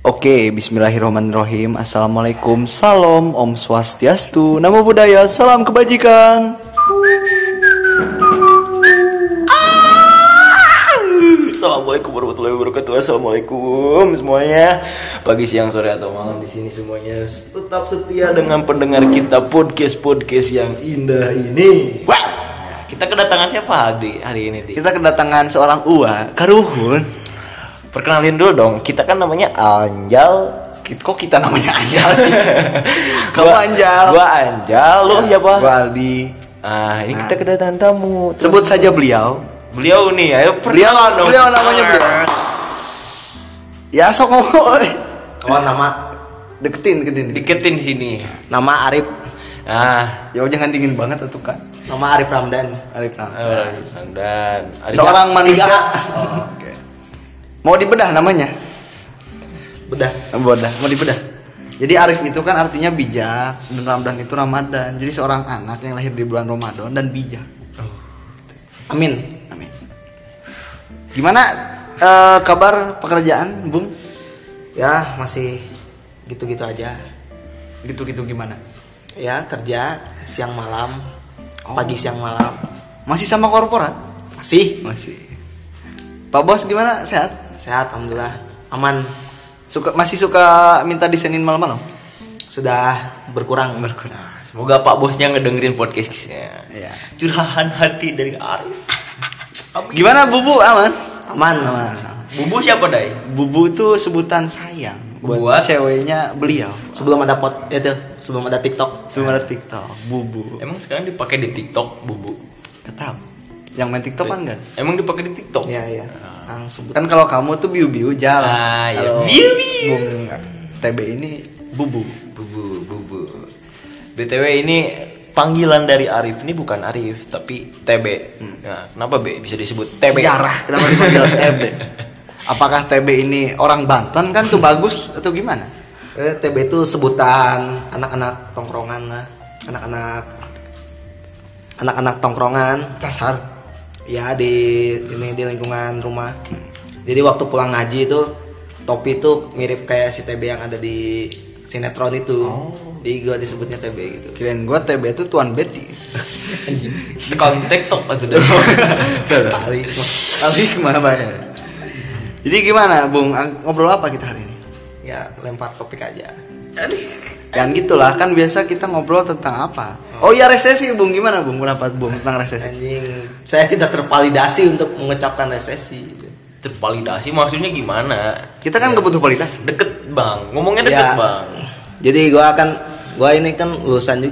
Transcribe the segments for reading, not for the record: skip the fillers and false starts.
Oke, bismillahirrahmanirrahim. Assalamualaikum, salam, Om Swastiastu, Namo Buddhaya, salam kebajikan. Assalamualaikum warahmatullahi wabarakatuh. Assalamualaikum semuanya. Pagi, siang, sore atau malam di sini semuanya tetap setia dengan pendengar kita podcast yang indah ini. Wah, kita kedatangan siapa hari ini? Kita kedatangan seorang Uwa Karuhun. Perkenalin dulu dong, kita kan namanya Anjal. Kok kita namanya Anjal sih? Kamu Anjal. Gua Anjal, lu siapa? Gua Aldi. Ini kita kedatangan tamu. Sebut saja beliau. Beliau nih, ayo perkenalan dong. Beliau namanya beliau. Ya sok ngomong. Oh, nama deketin di sini. Nama Arif. Ya jangan dingin banget tuh kan. Nama Arif Ramdan. Arif Ramdan. Seorang manusia. Oke. Mau dibedah namanya? Bedah. Mau dibedah. Jadi Arif itu kan artinya bijak dan Ramdan itu Ramadan. Jadi seorang anak yang lahir di bulan Ramadan dan bijak. Amin. Gimana kabar pekerjaan, Bung? Ya, masih gitu-gitu aja. Gitu-gitu gimana? Ya, kerja siang malam, pagi siang malam. Masih sama korporat? Masih. Pak Bos gimana? Sehat? Sehat, alhamdulillah. Aman. Masih suka minta desainin malam-malam? Sudah berkurang. Semoga Pak Bosnya ngedengerin podcastnya. Ya. Curahan hati dari Arif. Gimana Bubu, aman? Aman. Bubu siapa, Dai? Bubu itu sebutan sayang buat ceweknya beliau. Sebelum ada sebelum ada TikTok. Bubu. Emang sekarang dipakai di TikTok, Bubu? Ketap. Yang main TikTok kan enggak? Emang dipakai di TikTok? Iya. Sebut. Kan kalau kamu tuh biu-biu jalan. Ya. Biu. Bung TB ini Bubu. BTW ini panggilan dari Arif ini bukan Arif tapi TB. Nah, kenapa B bisa disebut TB? Sejarah kenapa dipanggil TB? Apakah TB ini orang Banten kan tuh bagus atau gimana? TB itu sebutan anak-anak tongkrongan lah. Anak-anak tongkrongan kasar. Ya di lingkungan rumah. Jadi waktu pulang ngaji itu topi itu mirip kayak si TB yang ada di sinetron itu. Jadi gue disebutnya TB gitu. Kirain gue TB itu Tuan Betty. TikTok atau deh. Kali kemana banyak. Jadi gimana Bung, ngobrol apa kita hari ini? Ya lempar topik aja. Yang gitulah, kan biasa kita ngobrol tentang apa. Oh iya, resesi Bung, gimana Bung, pendapat Bung tentang resesi? Anjing, saya tidak tervalidasi untuk mengucapkan resesi. Tervalidasi maksudnya gimana? Kita kan nggak butuh validasi. Deket Bang, ngomongnya deket Ya. Bang. Jadi gua ini kan lulusan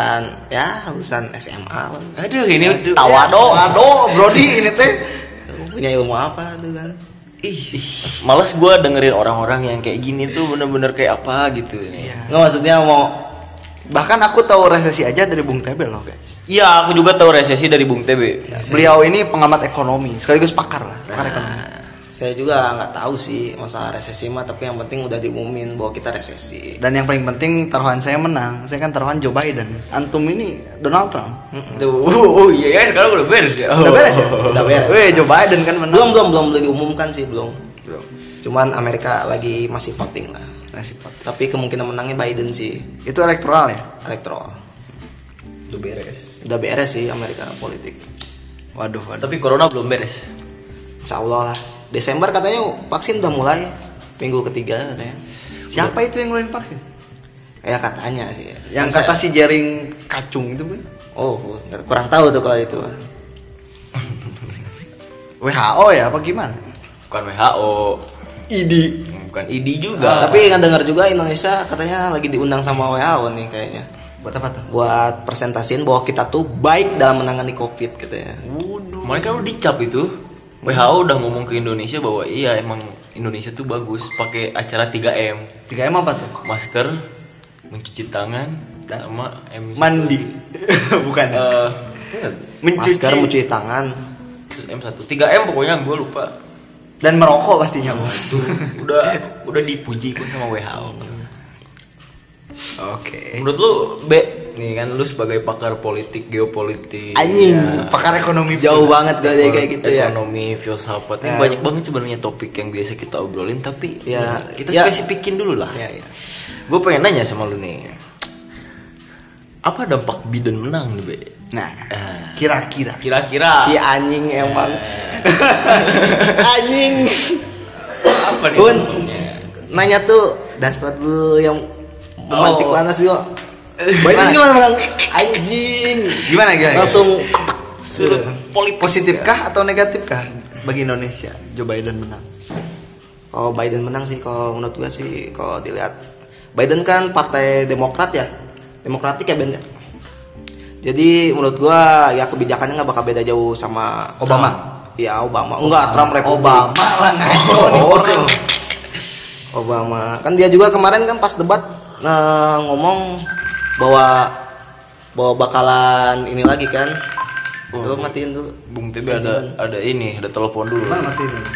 SMA. Aduh, ini Tawado, Brody ini teh Punya ilmu apa tuh kan? Males gue dengerin orang-orang yang kayak gini tuh bener-bener kayak apa gitu. Nggak, maksudnya bahkan aku tahu resesi aja dari Bung TB loh guys. Iya, aku juga tahu resesi dari Bung TB. Beliau ini pengamat ekonomi, sekaligus pakar ekonomi. Saya juga nggak tahu sih masalah resesi mah, tapi yang penting udah diumumin bahwa kita resesi. Dan yang paling penting taruhan saya menang. Saya kan taruhan Joe Biden. Antum ini Donald Trump. Tuh, iya ya, sekarang udah beres ya. Udah beres ya? Udah beres. Joe Biden kan menang. Belum diumumkan sih, belum. Cuman Amerika lagi masih voting lah. Tapi kemungkinan menangnya Biden sih. Itu elektoral ya? Elektoral. Udah beres. Udah beres sih Amerika politik. Waduh. Tapi corona belum beres. Insya Allah lah. Desember katanya vaksin udah mulai, minggu ketiga katanya. Siapa itu yang ngeluarin vaksin? Ya katanya sih. Yang kata si jaring kacung itu kan? Oh, kurang tahu tuh kalau itu. WHO ya apa gimana? Bukan WHO. ID. Bukan ID juga. Tapi nggak dengar juga Indonesia katanya lagi diundang sama WHO nih kayaknya. Buat apa tuh? Buat presentasiin bahwa kita tuh baik dalam menangani COVID katanya. Kemarin kan udah dicap itu. WHO udah ngomong ke Indonesia bahwa iya emang Indonesia tuh bagus pakai acara 3M. 3M apa tuh? Masker, mencuci tangan, sama M1. Mandi. Bukan. Masker, mencuci tangan. M1. 3M pokoknya gue lupa. Dan merokok pastinya. Tuh, udah dipuji gue sama WHO. Oke. Menurut lu B nih kan lu sebagai pakar politik, geopolitik, Anjing, Pakar ekonomi jauh banget gue kayak gitu ya. ekonomi, filsafat. Ini Ya. banyak banget sebenarnya topik yang biasa kita obrolin tapi Ya, kita ya. spesifikin dulu lah. Ya, ya. Gue pengen nanya sama lu nih. Apa dampak Biden menang nih, Be? Nah, Ah, kira-kira kira-kira Si anjing emang. Anjing. apa nih? Bun, dampaknya? nanya tuh dasar dulu yang memantik Oh. panas gua. Biden gimana bang? Anjing. gimana Langsung Sudut politik positifkah atau negatifkah bagi Indonesia Joe Biden menang? kalau Biden menang sih, kalau menurut gua sih, kalau dilihat Biden kan partai Demokrat ya, demokratik ya Ben. Jadi menurut gua ya kebijakannya nggak bakal beda jauh sama Obama. Iya Obama. Enggak, Trump Republik. Obama lah ngaco nih Oh, orang. Obama. Kan dia juga kemarin kan pas debat ngomong bahwa bakalan ini lagi kan. Lu matiin dulu. Bung TB ada ini, ada telepon dulu. Mana mati ini?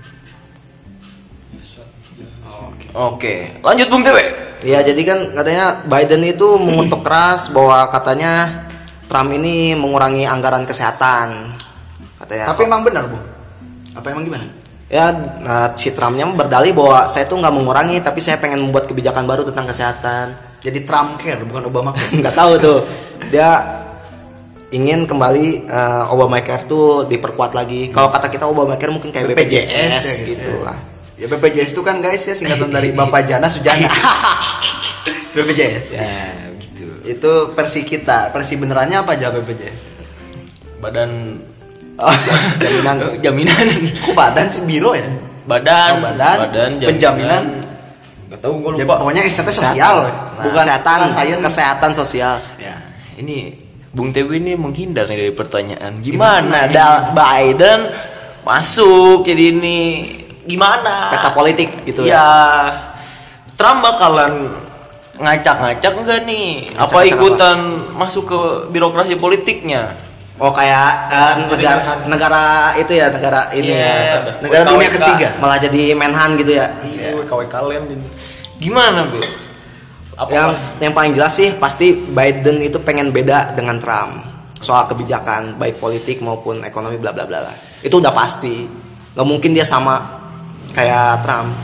Oke, lanjut Bung TB. Ya jadi kan katanya Biden itu mengutuk keras bahwa katanya Trump ini mengurangi anggaran kesehatan. Katanya. Tapi emang benar, Bu? Apa emang gimana? Ya si Trumpnya berdalih bahwa saya tuh nggak mengurangi, tapi saya pengen membuat kebijakan baru tentang kesehatan. Jadi Trump care bukan Obama care. Nggak tahu tuh, dia ingin kembali Obamacare tuh diperkuat lagi. Kalau kata kita Obamacare mungkin kayak BPJS ya, gitu lah. Ya BPJS itu kan guys ya singkatan dari Bapak Jana Sujana. BPJS. Ya, gitu. Itu versi kita. Versi benerannya apa aja BPJS? Badan Jaminan. jaminan. Kok badan sih biro ya? Badan, Oh, badan, penjaminan. Gak tahu gue Ya, lupa. pokoknya SCT sosial. Bukan kesehatan, sains. kesehatan sosial. Ya, ini Bung TB ini menghindar nih dari pertanyaan. Gimana Biden masuk jadi ini gimana? Peta politik gitu Ya, ya. Trump bakalan ngacak-ngacak enggak nih? Apa Ngacak-ngacak ikutan masuk ke birokrasi politiknya? Oh kayak negara itu ya, negara ini Iya, ya. Negara dunia WKWK. ketiga. Malah jadi menhan gitu ya. Iya, KW kalian ini. Gimana, Bu? Yang paling jelas sih pasti Biden itu pengen beda dengan Trump soal kebijakan baik politik maupun ekonomi bla bla bla lah. Itu udah pasti. Gak mungkin dia sama kayak Trump.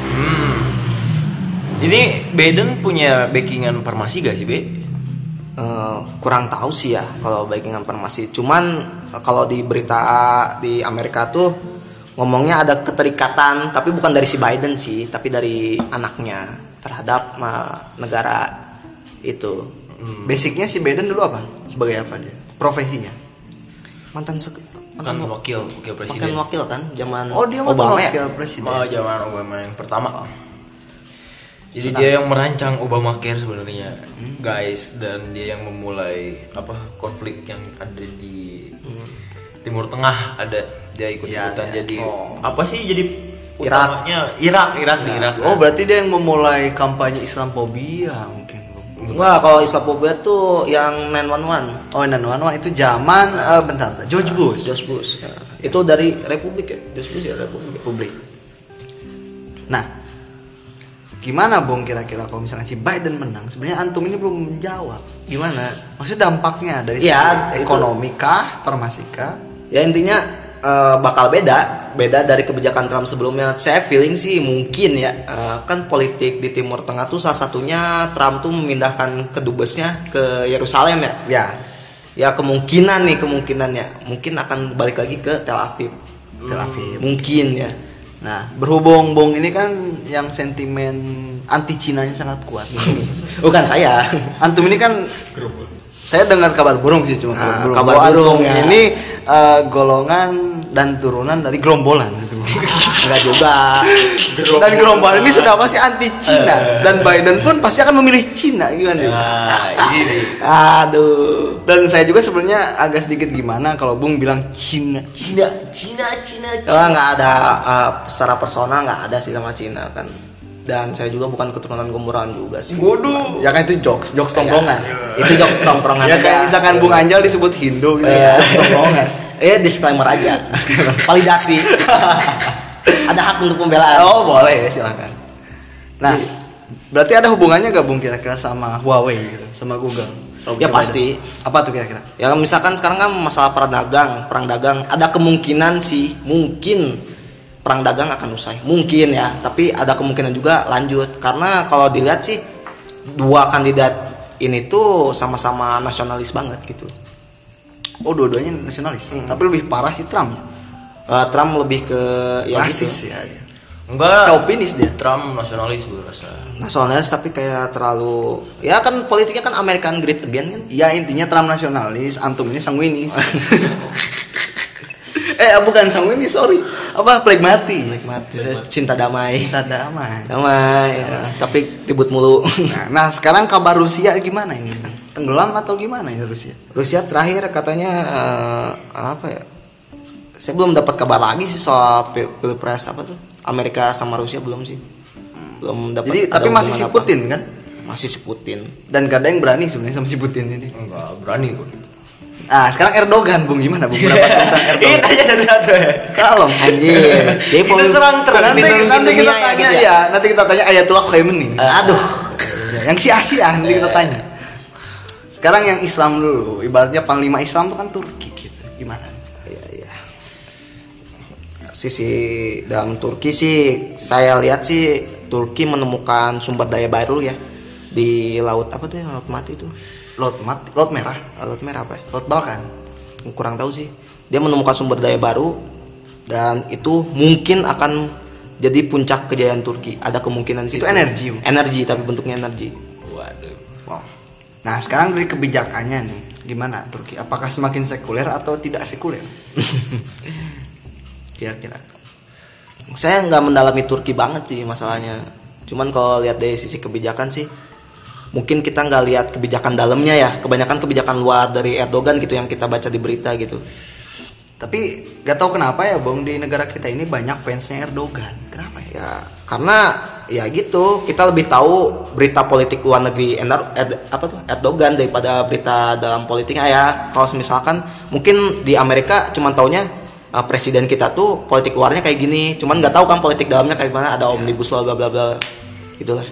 Jadi Biden punya backingan farmasi gak sih, Be? Kurang tahu sih ya kalau backingan farmasi. Cuman kalau di berita di Amerika tuh ngomongnya ada keterikatan, tapi bukan dari si Biden sih, tapi dari anaknya terhadap negara itu. Basicnya si Biden dulu apa? Sebagai apa dia? Profesinya? Mantan Kan wakil presiden. wakil kan zaman Oh dia Obama ya. wakil presiden. Oh, zaman Obama yang pertama. Jadi dia yang merancang Obamacare sebenarnya, guys, dan dia yang memulai konflik yang ada di Timur Tengah, ada dia ikut-ikutan Ya. jadi Oh. apa sih jadi Irak. utamanya Irak. Oh berarti dia yang memulai kampanye Islamophobia mungkin. Wah, kalau Islamophobia tuh yang 911. Oh Nanwan itu zaman bentar George Bush. George Bush. Ya. Itu dari Republik ya? George Bush ya Republik. Nah, gimana Bung kira-kira kalau misalnya si Biden menang? Sebenarnya antum ini belum menjawab. Gimana? Maksudnya dampaknya dari Ya, segi itu. ekonomi kah, farmasi kah? Ya intinya bakal beda dari kebijakan Trump sebelumnya. Saya feeling sih mungkin ya, kan politik di Timur Tengah tuh salah satunya Trump tuh memindahkan kedubesnya ke Yerusalem ya. Ya kemungkinannya mungkin akan balik lagi ke Tel Aviv. Tel Aviv. Mungkin ya. Nah, berhubung Bung ini kan yang sentimen anti Cinanya sangat kuat. Bukan saya. Antum ini kan saya dengar kabar burung sih cuma Kabar Bahwa burung, antum ya. ini golongan dan turunan dari gerombolan gitu. Enggak juga. Dan gerombolan ini sudah pasti anti Cina dan Biden pun pasti akan memilih Cina gimana? Nah, ini nih. Aduh. Dan saya juga sebenarnya agak sedikit gimana kalau Bung bilang Cina. Oh, nggak ada secara personal nggak ada sih sama Cina kan. Dan saya juga bukan keturunan Gemuran juga sih. Bodoh. Ya kan itu jokes tongkrongan. Itu jokes tongkrongan Ya aja. kayak misalkan Bung Anjal disebut Hindu gitu. Iya. Jokes tongkrongan. Disclaimer aja. Validasi. Ada hak untuk pembelaan. Oh boleh silakan. Nah berarti ada hubungannya gak Bung kira-kira sama Huawei gitu, sama Google? Ya pasti. Apa tuh kira-kira? Ya misalkan sekarang kan masalah perang dagang, ada kemungkinan sih, mungkin perang dagang akan usai, mungkin ya, tapi ada kemungkinan juga lanjut, karena kalau dilihat sih dua kandidat ini tuh sama-sama nasionalis banget gitu. Oh, dua-duanya nasionalis. Tapi lebih parah sih Trump ya. Trump lebih ke ya rasis gitu. ya dia. Enggak, Chauvinis dia. Trump nasionalis gue rasa. Nasionalis tapi kayak terlalu, ya kan politiknya kan American Great Again kan. Ya intinya Trump nasionalis, antum ini sanguinis. Bukan sanguinis, sorry. Apa pragmatis? Cinta damai. Kita damai. Damai ya. Tapi ribut mulu. Nah, sekarang kabar Rusia gimana ini? Tenggelam atau gimana ini Rusia? Rusia terakhir katanya apa ya? Saya belum dapat kabar lagi sih soal pilpres apa tuh. Amerika sama Rusia belum sih. Belum dapat. Jadi tapi masih si Putin kan? Masih si Putin. Dan gak ada yang berani sebenarnya sama si Putin ini. Enggak berani gue. Ah, sekarang Erdogan, Bung, gimana Bung? Pendapat tentang Erdogan? Tanya satu-satu ya. Kalau Anjir. Dia Kita serang terus. nanti kita tanya gitu ya. Nanti kita tanya Ayatullah Khomeini. Aduh. Yang Asia nanti kita tanya. Sekarang yang Islam dulu. Ibaratnya panglima Islam itu kan Turki gitu. Gimana? Iya. Sisi dalam Turki sih saya lihat sih Turki menemukan sumber daya baru ya di laut apa tuh, laut mati itu. Laut merah, Laut merah apa ya? laut Balkan. Kurang tahu sih. Dia menemukan sumber daya baru dan itu mungkin akan jadi puncak kejayaan Turki. Ada kemungkinan sih. Itu energi. Energi tapi bentuknya energi. Waduh. Wow. Nah, sekarang dari kebijakannya nih, gimana Turki? Apakah semakin sekuler atau tidak sekuler? Kira-kira. Saya nggak mendalami Turki banget sih masalahnya. Cuman kalau lihat dari sisi kebijakan sih, mungkin kita nggak lihat kebijakan dalamnya ya. Kebanyakan kebijakan luar dari Erdogan gitu yang kita baca di berita gitu. Tapi gak tahu kenapa ya Bang, di negara kita ini banyak fansnya Erdogan. Kenapa ya? Ya karena ya gitu, kita lebih tahu berita politik luar negeri Erdogan daripada berita dalam politiknya ya. Kalau misalkan mungkin di Amerika cuman taunya presiden kita tuh politik luarnya kayak gini, cuman nggak tahu kan politik dalamnya kayak gimana, ada omnibus law bla bla bla gitulah.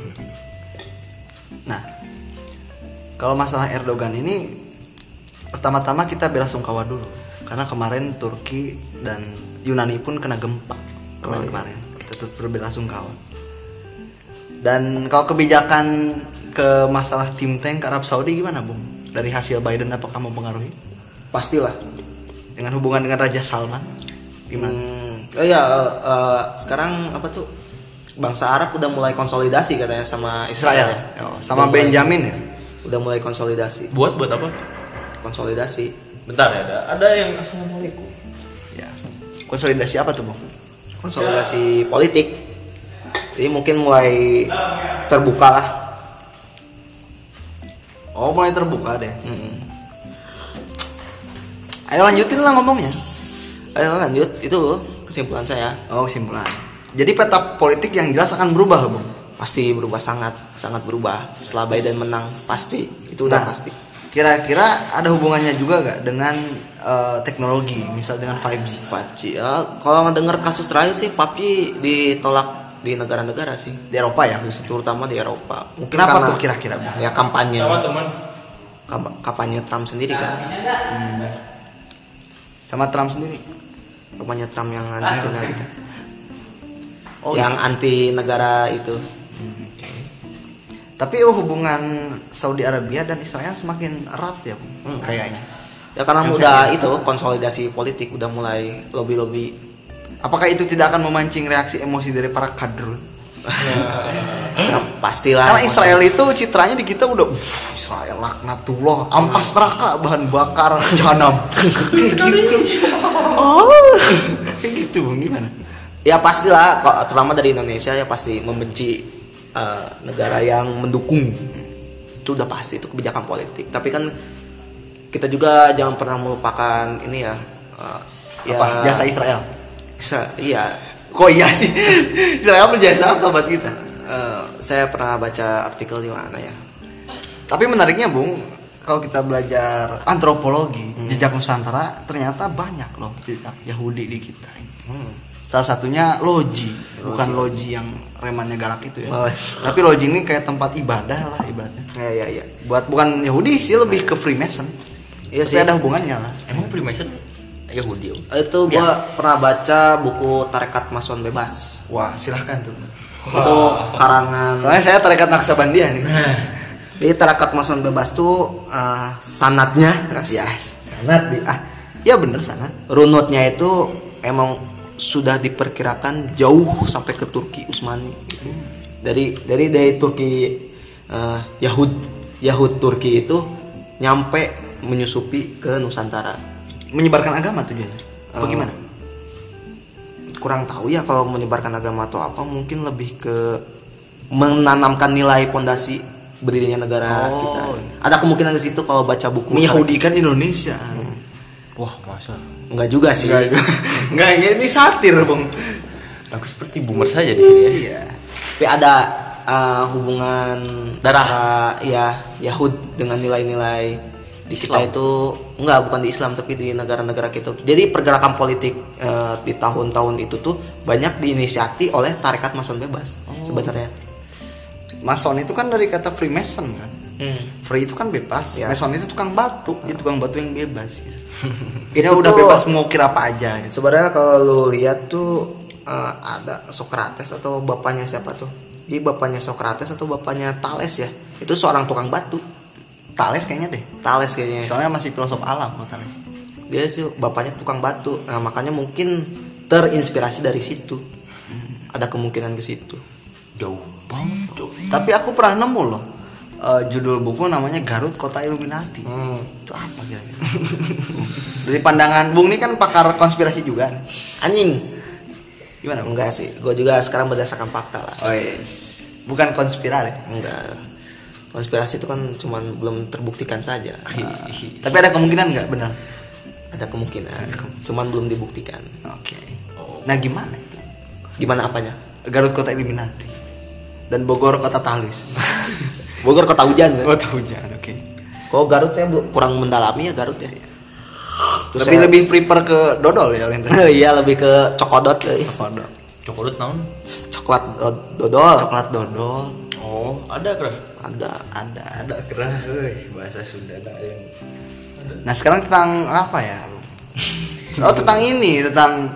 Nah, kalau masalah Erdogan ini, pertama-tama kita bela sungkawa dulu, karena kemarin Turki dan Yunani pun kena gempa kemarin. Kita tuh berbela sungkawa. Dan kalau kebijakan ke masalah think tank ke Arab Saudi gimana, Bung? Dari hasil Biden apakah mempengaruhi? Pastilah. Dengan hubungan dengan Raja Salman gimana? Sekarang apa tuh, bangsa Arab udah mulai konsolidasi katanya sama Israel ya. Sama Udah Benjamin ya. Udah mulai konsolidasi. Buat apa? Konsolidasi. Bentar ya, ada yang assalamualaikum. Ya. Konsolidasi apa tuh, Bung? Konsolidasi politik. Jadi mungkin mulai terbuka lah. Oh, mulai terbuka deh. Ayo lanjutin lah ngomongnya. Ayo lanjut, itu kesimpulan saya. Oh, kesimpulan. Jadi peta politik yang jelas akan berubah, Bung. Pasti berubah, sangat berubah. Setelah Biden menang, pasti. Itu udah pasti. Kira-kira ada hubungannya juga gak dengan teknologi, misal dengan 5G? 5G ya, kalau ngedenger kasus terakhir sih 5G ditolak di negara-negara sih. Di Eropa ya, khususnya. Terutama di Eropa. Mungkin Kenapa karena tuh kira-kira, Bung? ya kampanye. Teman-teman. Kampanye Trump sendiri kan. Sama Trump sendiri. Kampanye Trump yang anti Cina gitu. Oh, yang anti negara itu. Tapi hubungan Saudi Arabia dan Israel semakin erat ya, Bung. Kayaknya. Ya karena Yang udah saya itu konsolidasi politik, udah mulai lobby-lobby. Apakah itu tidak akan memancing reaksi emosi dari para kadrun? Ya, pastilah. Karena Israel itu citranya di kita udah Israel laknatullah, ampas neraka, bahan bakar jahanam. Kayak gitu. Oh. Kayak gitu, Bung, gimana? Ya pastilah, terutama dari Indonesia ya pasti membenci negara yang mendukung. Itu udah pasti, itu kebijakan politik. Tapi kan kita juga jangan pernah melupakan ini ya. Apa? Jasa Israel. Iya. Kok iya sih? Israel berjasa apa buat kita? Saya pernah baca artikel di mana ya. Tapi menariknya, Bung, kalau kita belajar antropologi jejak Nusantara, ternyata banyak loh jejak Yahudi di kita. Salah satunya loji, bukan loji yang remannya galak itu ya. Oh. Tapi loji ini kayak tempat ibadah lah ibaratnya. Iya. Buat bukan Yahudi sih, lebih ke Freemason. Iya Tapi sih. ada hubungannya lah. Emang Freemason Yahudi? Om? Itu gua pernah baca buku Tarekat Mason Bebas. Wah, silahkan tuh. Itu karangan. Soalnya saya tarekat Naksabandia nih. Jadi Tarekat Mason Bebas tuh sanatnya, Ya, sanat ya bener sana. runutnya itu emang sudah diperkirakan jauh sampai ke Turki Utsmani gitu. Dari Turki Yahud Turki itu nyampe menyusupi ke Nusantara. Menyebarkan agama tujuannya. Bagaimana? Kurang tahu ya kalau menyebarkan agama atau apa, mungkin lebih ke menanamkan nilai pondasi berdirinya negara kita. Ada kemungkinan di situ kalau baca buku. Menyahudikan Indonesia. Wah, masa? Enggak juga sih. Enggak, ini satir, Bung. Aku seperti boomer saja di sini ya. Iya. Tapi ada hubungan Darah. antara, ya Yahud dengan nilai-nilai di kita Islam. itu enggak, bukan di Islam tapi di negara-negara kita. Jadi pergerakan politik di tahun-tahun itu tuh banyak diinisiasi oleh Tarekat Mason Bebas sebenarnya. Mason itu kan dari kata Freemason kan. Free itu kan bebas. Ya. Mason itu tukang batu, dia tukang batu yang bebas. Gitu. Itu Dia udah tuh- bebas mau kira apa aja. Gitu. Sebenarnya kalau lu lihat tuh ada Socrates atau bapaknya siapa tuh? Jadi bapaknya Socrates atau bapaknya Thales ya? Itu seorang tukang batu. Thales kayaknya deh. Thales kayaknya. Soalnya masih filosof alam kalau Thales. Dia sih bapaknya tukang batu. Nah, makanya mungkin terinspirasi dari situ. Ada kemungkinan ke situ. Jauh banget, jauh. Tapi aku pernah nemu loh judul buku namanya Garut Kota Illuminati. Itu apa kira-kira? Dari pandangan Bung ini kan pakar konspirasi juga nih. Anjing. Gimana Bung? Enggak sih. Gue juga sekarang berdasarkan fakta lah. Oh, yes. Bukan konspirasi. Enggak. Konspirasi itu kan cuman belum terbuktikan saja. Tapi ada kemungkinan nggak benar? Ada kemungkinan. Cuman belum dibuktikan. Oke. Nah gimana? Gimana apanya? Garut Kota Illuminati dan Bogor Kota Talis. Bogor kota hujan kan? Kota hujan, oke. Kalau Garut saya kurang mendalami ya Garut ya. Terus Tapi saya- lebih prepare ke dodol ya Lenta. Iya, lebih ke cokodot Dodol. Cokolat naon? coklat dodol. Coklat dodol. Oh, ada kah? Ada kerah, bahasa Sunda yang. Nah sekarang tentang apa ya? Oh tentang ini, tentang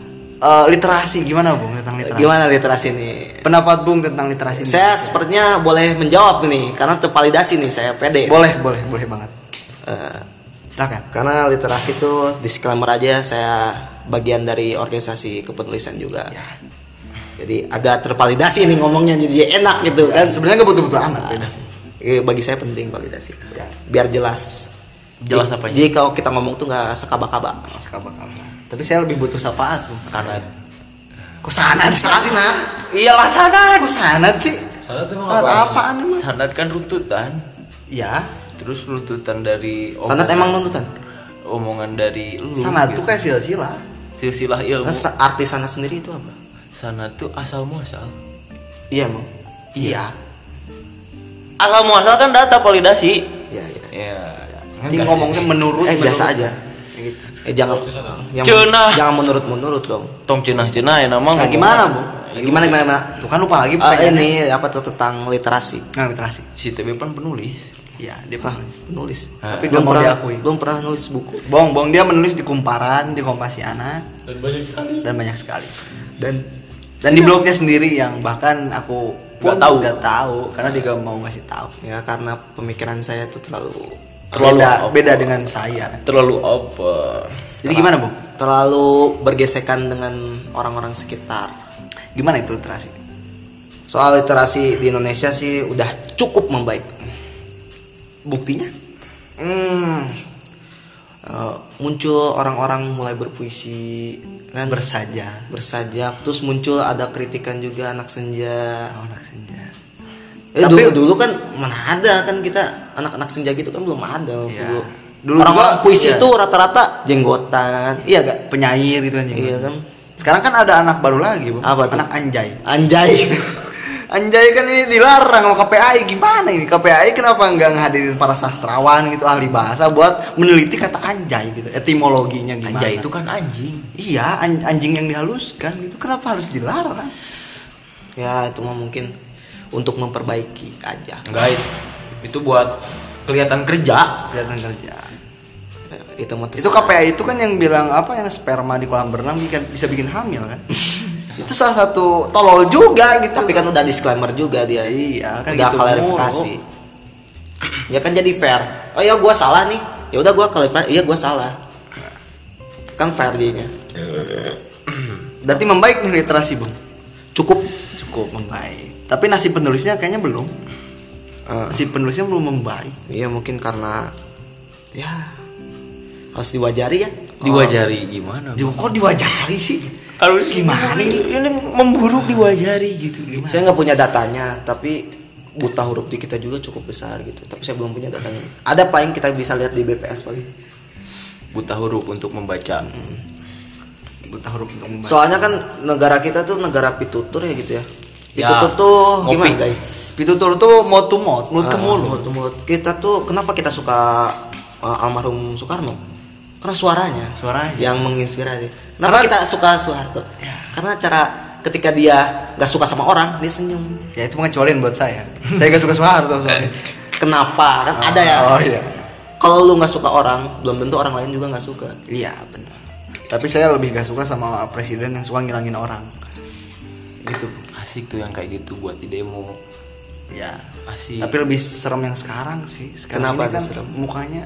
literasi gimana Bung tentang literasi? Gimana literasi nih? Pendapat Bung tentang literasi? Saya sepertinya boleh menjawab nih karena tervalidasi nih, saya pede. boleh banget. Eh, Silakan. karena literasi itu disclaimer aja, saya bagian dari organisasi kepenulisan juga. Ya. Jadi agak tervalidasi nih ngomongnya, jadi enak gitu kan. Sebenarnya nggak butuh-butuh amat. Beda. Bagi saya penting validasi. Biar jelas. Jelas apanya? Jadi kalau kita ngomong tuh nggak sekaba-kaba. Tapi saya lebih butuh syafaat Bung. Sanad. Kok sanad? Sanat. Iyalah sanad. Kok sanad sih? Sanad Sanad apaan emang? Sanad kan runtutan. Ya. Terus runtutan dari Sanat emang nuntutan. omongan dari lu. Sanad gitu. tuh kayak silsilah. Silsilah ilmu. Arti sanat sendiri itu apa? Sanad tuh asal muasal. Iya emang. Iya. Asal muasal kan data validasi. Iya, iya. Ya. Ini ngomongnya menurut. Biasa aja. Gitu. Jangan Cenah. jangan menurut dong. Tong cenah-cenah ya namang. Nah, gimana Bu? Gimana? Tuh kan lupa lagi Ini apa tuh tentang literasi? Nah, literasi. Si TB kan penulis. Iya, dia Hah, penulis. penulis. Tapi belum mau diakui. Belum pernah nulis buku. Bong dia menulis di Kumparan, di Kompasiana dan banyak sekali. Dan di blognya sendiri yang bahkan aku pun Nggak tahu. nggak tahu karena dia gak mau ngasih tahu. Ya karena pemikiran saya tuh terlalu Beda dengan saya. Terlalu apa? Jadi gimana, Bung? terlalu bergesekan dengan orang-orang sekitar. Gimana itu literasi? Soal literasi di Indonesia sih udah cukup membaik. Buktinya? Muncul orang-orang mulai berpuisi kan, Bersajak. terus muncul ada kritikan juga anak senja. Oh, anak senja. Dulu kan mana ada kan, kita anak-anak senja gitu kan belum ada Iya. dulu. Dulu Orang-orang juga, puisi iya. tuh rata-rata jenggotan, iya gak? Penyair gitu kan. Iya kan. Sekarang kan ada anak baru lagi, Bung. Apa tuh? Anak anjay. Anjay. Anjay kan ini dilarang sama KPAI, gimana ini KPAI kenapa nggak ngehadirin para sastrawan gitu ahli bahasa buat meneliti kata anjay gitu, etimologinya gimana? Anjay itu kan anjing. Iya, anjing yang dihaluskan gitu, kenapa harus dilarang? Ya itu mah mungkin untuk memperbaiki aja. Enggak, itu buat kelihatan kerja. Kelihatan kerja. Itu mah Itu KPAI itu kan yang bilang apa, yang sperma di kolam berenang bisa bikin hamil kan? Itu salah satu tolol juga gitu. Tapi kan udah disclaimer juga dia. Iya, kan udah gitu klarifikasi. Ya kan jadi fair. Oh ya gua salah nih. Ya udah gua klarifikasi. Iya gua salah. Kan fair dianya. Berarti membaik nih literasi, Bang. Cukup Membaik. Tapi nasib penulisnya kayaknya belum. Nasib penulisnya belum membaik. Iya mungkin karena ya harus diwajari ya. Diwajari gimana? Kok diwajari sih? Harus Gimana ini memburuk diwajari gitu. Saya nggak punya datanya, tapi buta huruf di kita juga cukup besar gitu. Tapi saya belum punya datanya. Ada paling kita bisa lihat di BPS paling. Buta huruf untuk membaca. Buta huruf untuk membaca. Soalnya kan negara kita tuh negara pitutur ya gitu ya. Ya, Pitutur tuh ngopi. gimana guys? Pitutur tuh mouth to mouth, mulut ke mulut. Mulut ke mulut. Kita tuh kenapa kita suka almarhum Soekarno? Karena suaranya yang menginspirasi. Kenapa kita suka Soeharto? Karena cara ketika dia gak suka sama orang, dia senyum. Ya itu mengecualiin buat saya. Saya gak suka Soeharto soalnya. Kenapa? Kan ada ya. Oh iya. Kalau lu gak suka orang, belum tentu orang lain juga gak suka. Iya benar. Tapi saya lebih gak suka sama presiden yang suka ngilangin orang. Gitu. Asik tuh yang kayak gitu buat di demo. Ya. Asik. Tapi lebih serem yang sekarang sih. Sekarang Kenapa ini kan serem? mukanya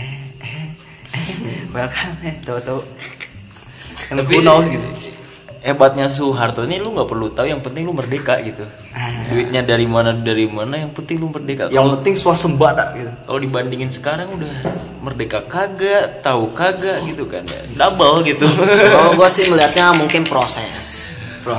bahkan tahu-tahu. Kan Tapi- who knows gitu. Hebatnya Soeharto ini lu nggak perlu tahu, yang penting lu merdeka gitu. Duitnya dari mana yang penting lu merdeka. Yang penting swasembada gitu. Kalau dibandingin sekarang udah merdeka kagak, tahu kagak gitu kan ya. Double gitu. Kalau gue sih melihatnya mungkin proses.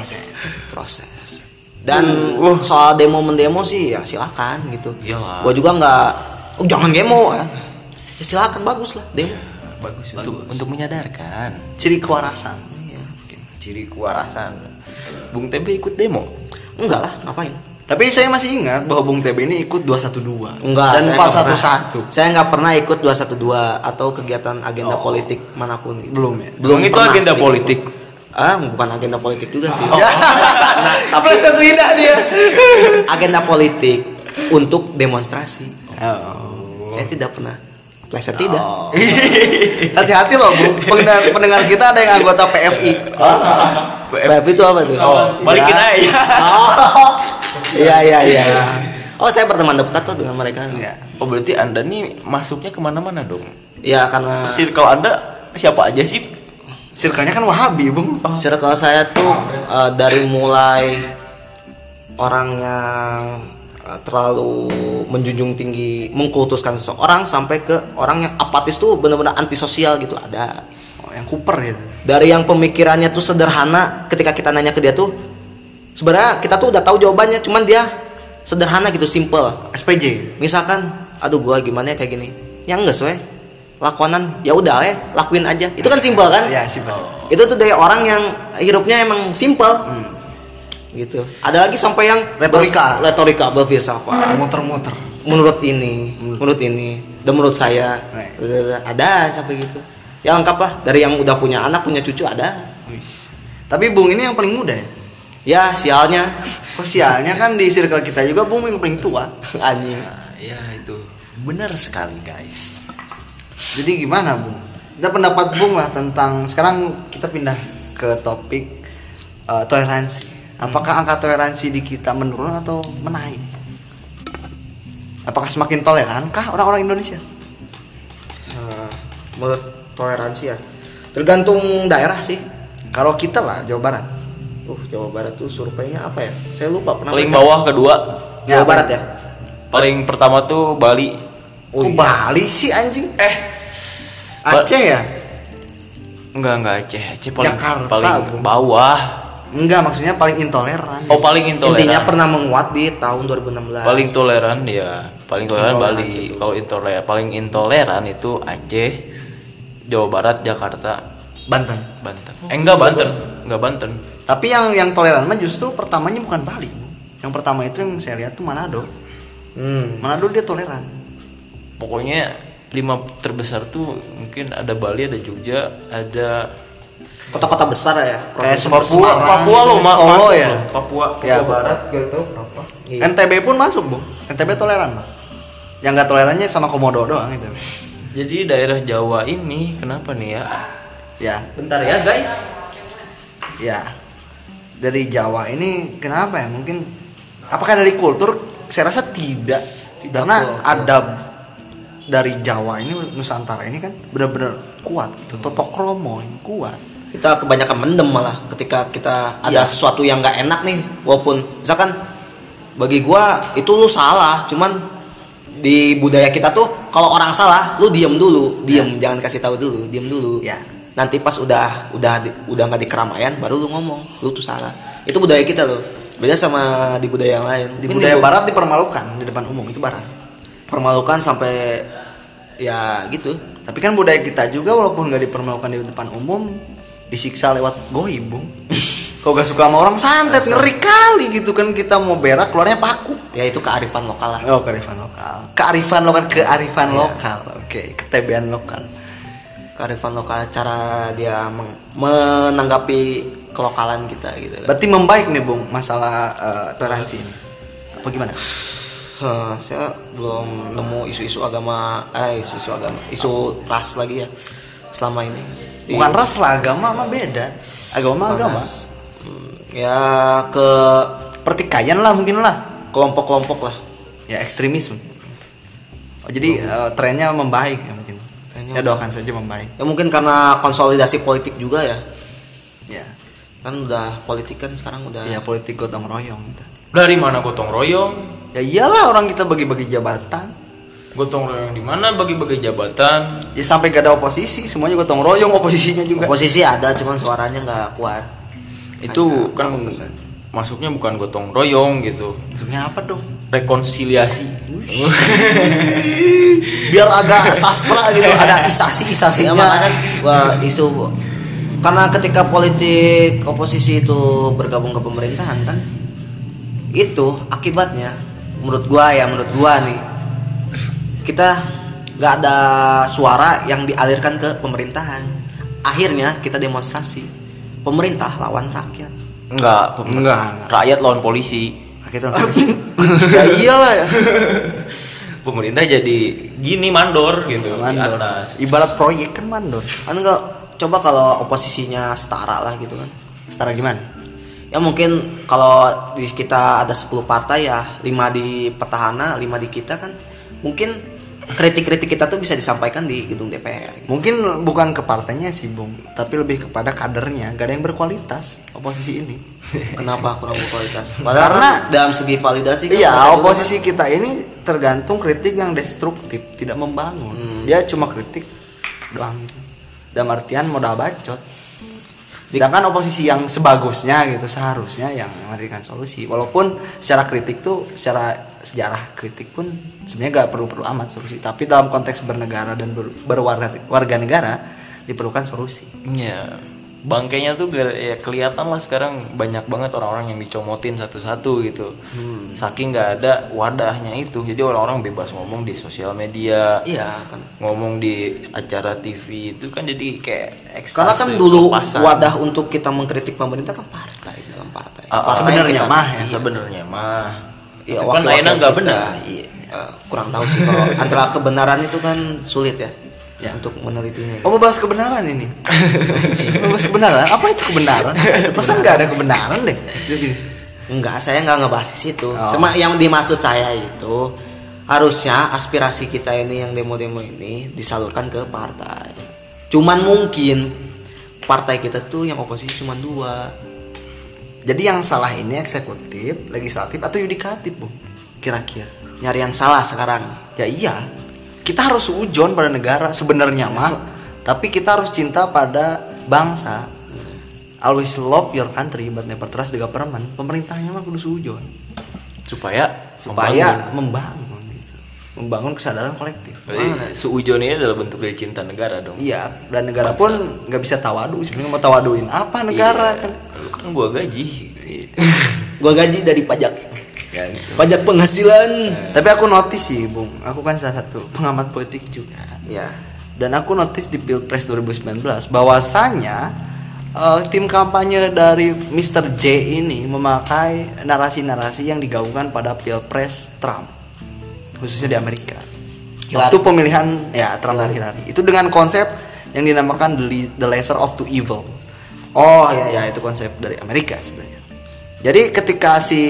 Dan soal demo mendemo sih ya silakan gitu. Iyalah. Gue juga nggak, jangan demo ya. Ya silakan, bagus lah demo. Bagus untuk menyadarkan Ciri kewarasan. Iya. ciri kewarasan. Bung TB ikut demo. Enggak lah, ngapain? Tapi saya masih ingat bahwa Bung TB ini ikut 212 Enggak. dan saya nggak pernah. 411. Saya nggak pernah ikut 212 atau kegiatan agenda politik manapun. Gitu. Belum ya? Belum itu pernah agenda sedikit politik. pun. Bukan agenda politik juga sih. Tapi lidah dia. Agenda politik untuk demonstrasi. Oh. Saya tidak pernah. Pleset tidak. Hati-hati loh, Bu. Pendengar kita ada yang anggota PFI. PF itu apa tuh? Balikin aja. Iya. Oh, saya berteman dekat tuh dengan mereka. Iya. Oh berarti anda nih masuknya kemana-mana dong. Ya karena Circle anda siapa aja sih? Circle-nya kan Wahabi, Bung. circle saya tuh dari mulai orang yang terlalu menjunjung tinggi mengkultuskan seseorang sampai ke orang yang apatis tuh benar-benar antisosial gitu ada. Oh, yang Cooper gitu. Dari yang pemikirannya tuh sederhana, ketika kita nanya ke dia tuh sebenarnya kita tuh udah tahu jawabannya, cuman dia sederhana gitu, simple. SPJ. Misalkan, aduh gua gimana ya kayak gini, ya enggak we lakonan, ya udah lakuin aja, itu kan simple kan. Iya, simpel. Itu tuh dari orang yang hidupnya emang simple gitu. Ada lagi sampai yang Retorika. berfilsafat Muter-muter. menurut ini dan menurut saya ada sampai gitu ya, lengkap lah, dari yang udah punya anak punya cucu ada. Tapi Bung ini yang paling muda ya? Ya sialnya. Sialnya kan di circle kita juga Bung yang paling tua. Anjing. Ya itu benar sekali guys. Jadi gimana Bung? Kita pendapat Bung lah tentang, sekarang kita pindah ke topik toleransi. Apakah angka toleransi di kita menurun atau menaik? Apakah semakin toleran kah orang-orang Indonesia? Menurut toleransi ya tergantung daerah sih. Kalau kita lah Jawa Barat. Jawa Barat tuh surveinya apa ya, saya lupa pernah Paling baca. bawah kedua. Jawa Barat ya. Paling pertama tuh Bali. Kok iya. Bali sih anjing? Aceh ya? Enggak Aceh paling Jakarta, paling Bung. bawah. Enggak, maksudnya paling intoleran. Oh paling intoleran. Intinya pernah menguat di tahun 2016. Paling toleran ya, paling toleran Bali. Intoleransi itu. Kalau paling intoleran itu Aceh, Jawa Barat, Jakarta, Banten. Banten. Enggak Banten. Tapi yang toleran mah justru pertamanya bukan Bali. Yang pertama itu yang saya lihat tuh Manado. Hmm. Manado dia toleran. Pokoknya 5 terbesar tuh mungkin ada Bali, ada Jogja, ada Kota-kota besar ya. Kayak Papua, Semarang, Papua loh, Solo masuk ya. loh. Papua Ya, Barat gak tahu berapa. Iya. NTB pun masuk, Bu. NTB toleran, Bang. Yang nggak tolerannya sama Komodo doang itu. Jadi daerah Jawa ini kenapa nih ya? Ya, Bentar ya guys. ya. Dari Jawa ini kenapa ya? Mungkin apakah dari kultur? Saya rasa tidak. Karena betul. adab dari Jawa ini Nusantara ini kan benar-benar kuat gitu. Toto kromo ini kuat. Kita kebanyakan mendem malah ketika kita ada sesuatu yang nggak enak nih, walaupun misalkan bagi gua itu lu salah, cuman di budaya kita tuh kalau orang salah lu diem dulu, jangan kasih tahu dulu, diem dulu. Ya. Nanti pas udah nggak di keramaian baru lu ngomong lu tuh salah. Itu budaya kita loh, beda sama di budaya yang lain. Di Ini budaya barat dipermalukan di depan umum, itu barat. permalukan sampai ya gitu. Tapi kan budaya kita juga walaupun nggak dipermalukan di depan umum, disiksa lewat goib, Bung. Kalau gak suka sama orang santet, ngeri kali gitu kan, kita mau berak keluarnya paku. Ya itu kearifan lokal lah. Oh, kearifan lokal. Kearifan lokal. Oke, ketebean lokal. Kearifan lokal, cara dia menanggapi kelokalan kita gitu kan. Berarti membaik nih, Bung, masalah toleransi ini. Apa gimana? Saya belum nemu isu-isu agama, isu ras lagi ya selama ini. Bukan ras lah, agama mah beda. Agama. Ras. Ya ke Pertikaian lah mungkin lah. kelompok-kelompok lah. Ya, ekstremisme. Oh, jadi trennya membaik ya mungkin. Trennya Ya doakan saja membaik. Ya mungkin karena konsolidasi politik juga ya. Ya. Kan udah politik kan sekarang udah. Ya, politik gotong royong gitu. Dari mana gotong royong? Ya iyalah, orang kita bagi-bagi jabatan. Gotong royong di mana bagi-bagi jabatan? Ya sampai gak ada oposisi, semuanya gotong royong, oposisinya juga. Oposisi ada, cuman suaranya nggak kuat. Itu Hanya kan berapa persen? masuknya bukan gotong royong gitu. Maksudnya apa dong? Rekonsiliasi. Biar agak sastra gitu, ada Ya isasi-isasinya. makanya gua isu karena ketika politik oposisi itu bergabung ke pemerintahan kan, itu akibatnya menurut gua nih, kita nggak ada suara yang dialirkan ke pemerintahan. Akhirnya kita demonstrasi, pemerintah lawan rakyat. Enggak. Rakyat lawan polisi. Kita ya iyalah ya. Pemerintah jadi gini mandor gitu di Mandor. atas. Ibarat proyek kan mandor. Kan nggak, coba kalau oposisinya setara lah gitu kan. Setara gimana? Ya mungkin kalau di kita ada 10 partai ya 5 di petahana, 5 di kita kan, mungkin kritik-kritik kita tuh bisa disampaikan di gedung DPR gitu. Mungkin bukan ke partainya sih, Bung, tapi lebih kepada kadernya. Gak ada yang berkualitas oposisi ini. Kenapa kurang berkualitas? Karena- Karena dalam segi validasi kan Iya, mereka juga oposisi kita ini tergantung kritik yang destruktif, tidak membangun. Dia cuma kritik doang. Dalam artian modal bacot. Sedangkan oposisi yang sebagusnya gitu seharusnya yang memberikan solusi. Walaupun secara kritik tuh, secara sejarah kritik pun sebenarnya gak perlu amat solusi. Tapi dalam konteks bernegara dan berwarga negara diperlukan solusi. Iya. Bangkainya tuh ya kelihatan lah sekarang banyak banget orang-orang yang dicomotin satu-satu gitu. Saking nggak ada wadahnya itu, jadi orang-orang bebas ngomong di sosial media, Iya kan. ngomong di acara TV itu kan jadi kayak ekstase. Karena kan dulu kelepasan. wadah untuk kita mengkritik pemerintah kan partai, dalam partai. Ah, sebenarnya mah ya, sebenarnya mah. Iya, Tapi kan Aina nggak benar. Iya, kurang tahu sih kalau antara kebenaran itu kan sulit ya. Ya. Untuk menelitinya. Oh, mau bahas kebenaran ini. Mau bahas kebenaran? Apa itu kebenaran? Pesan nggak ada kebenaran deh. Jadi, Enggak, saya nggak ngebahas di situ. Oh. Cuma yang dimaksud saya itu harusnya aspirasi kita ini yang demo-demo ini disalurkan ke partai. Cuman mungkin partai kita tuh yang oposisi cuma 2. jadi yang salah ini eksekutif, legislatif atau yudikatif, Bu? Kira-kira. Nyari yang salah sekarang. Ya iya. Kita harus suujon pada negara sebenarnya mah. Tapi kita harus cinta pada bangsa. Always love your country but never trust the government. Pemerintahnya mah kudu suujon supaya membangun gitu. Membangun kesadaran kolektif. Suujon ini adalah bentuk dari cinta negara dong. Iya, dan negara pun nggak bisa tawadu. Sebenarnya mau tawaduin apa negara Iya. kan? Lu kan gua gaji. Gua gaji dari pajak. Kan itu. Pajak penghasilan. Tapi aku notice sih, Bung. Aku kan salah satu pengamat politik juga. Ya. Dan aku notice di Pilpres 2019 bahwasanya tim kampanye dari Mr. J ini memakai narasi-narasi yang digaungkan pada Pilpres Trump, khususnya di Amerika. Waktu pemilihan ya Trump dan Hillary. Itu dengan konsep yang dinamakan the lesser of two evil. Oh ya, Ya itu konsep dari Amerika sebenarnya. Jadi ketika si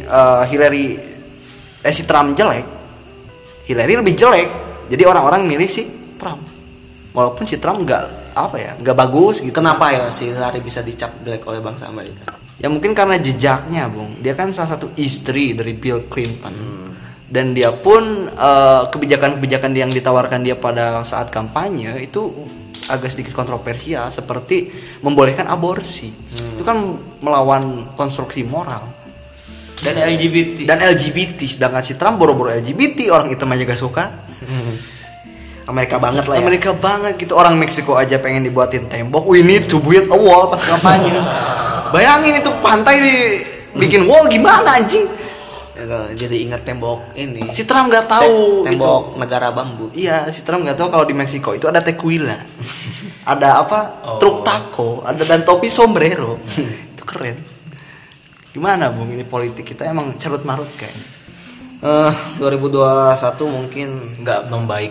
si Trump jelek, Hillary lebih jelek. Jadi orang-orang milih si Trump. Walaupun si Trump nggak bagus gitu. Kenapa ya si Hillary bisa dicap jelek oleh bangsa Amerika? Ya mungkin karena jejaknya, Bung. Dia kan salah satu istri dari Bill Clinton. Dan dia pun kebijakan-kebijakan yang ditawarkan dia pada saat kampanye itu agak sedikit kontroversial, seperti membolehkan aborsi. Itu kan melawan konstruksi moral. Dan LGBT. Sedangkan si Trump boro-boro LGBT, orang hitam aja gak suka. Amerika banget lah ya. Amerika banget gitu. Orang Meksiko aja pengen dibuatin tembok. We need to build a wall pas kampanye. Bayangin itu pantai bikin wall gimana anjing? Jadi ingat tembok ini. Si Trump nggak tahu tembok itu. negara bambu. Iya, si Trump nggak tahu kalau di Meksiko itu ada tequila, ada truk taco, ada dan topi sombrero. Itu keren. Gimana, Bung? Ini politik kita emang carut marut kayak. 2021 mungkin Nggak membaik.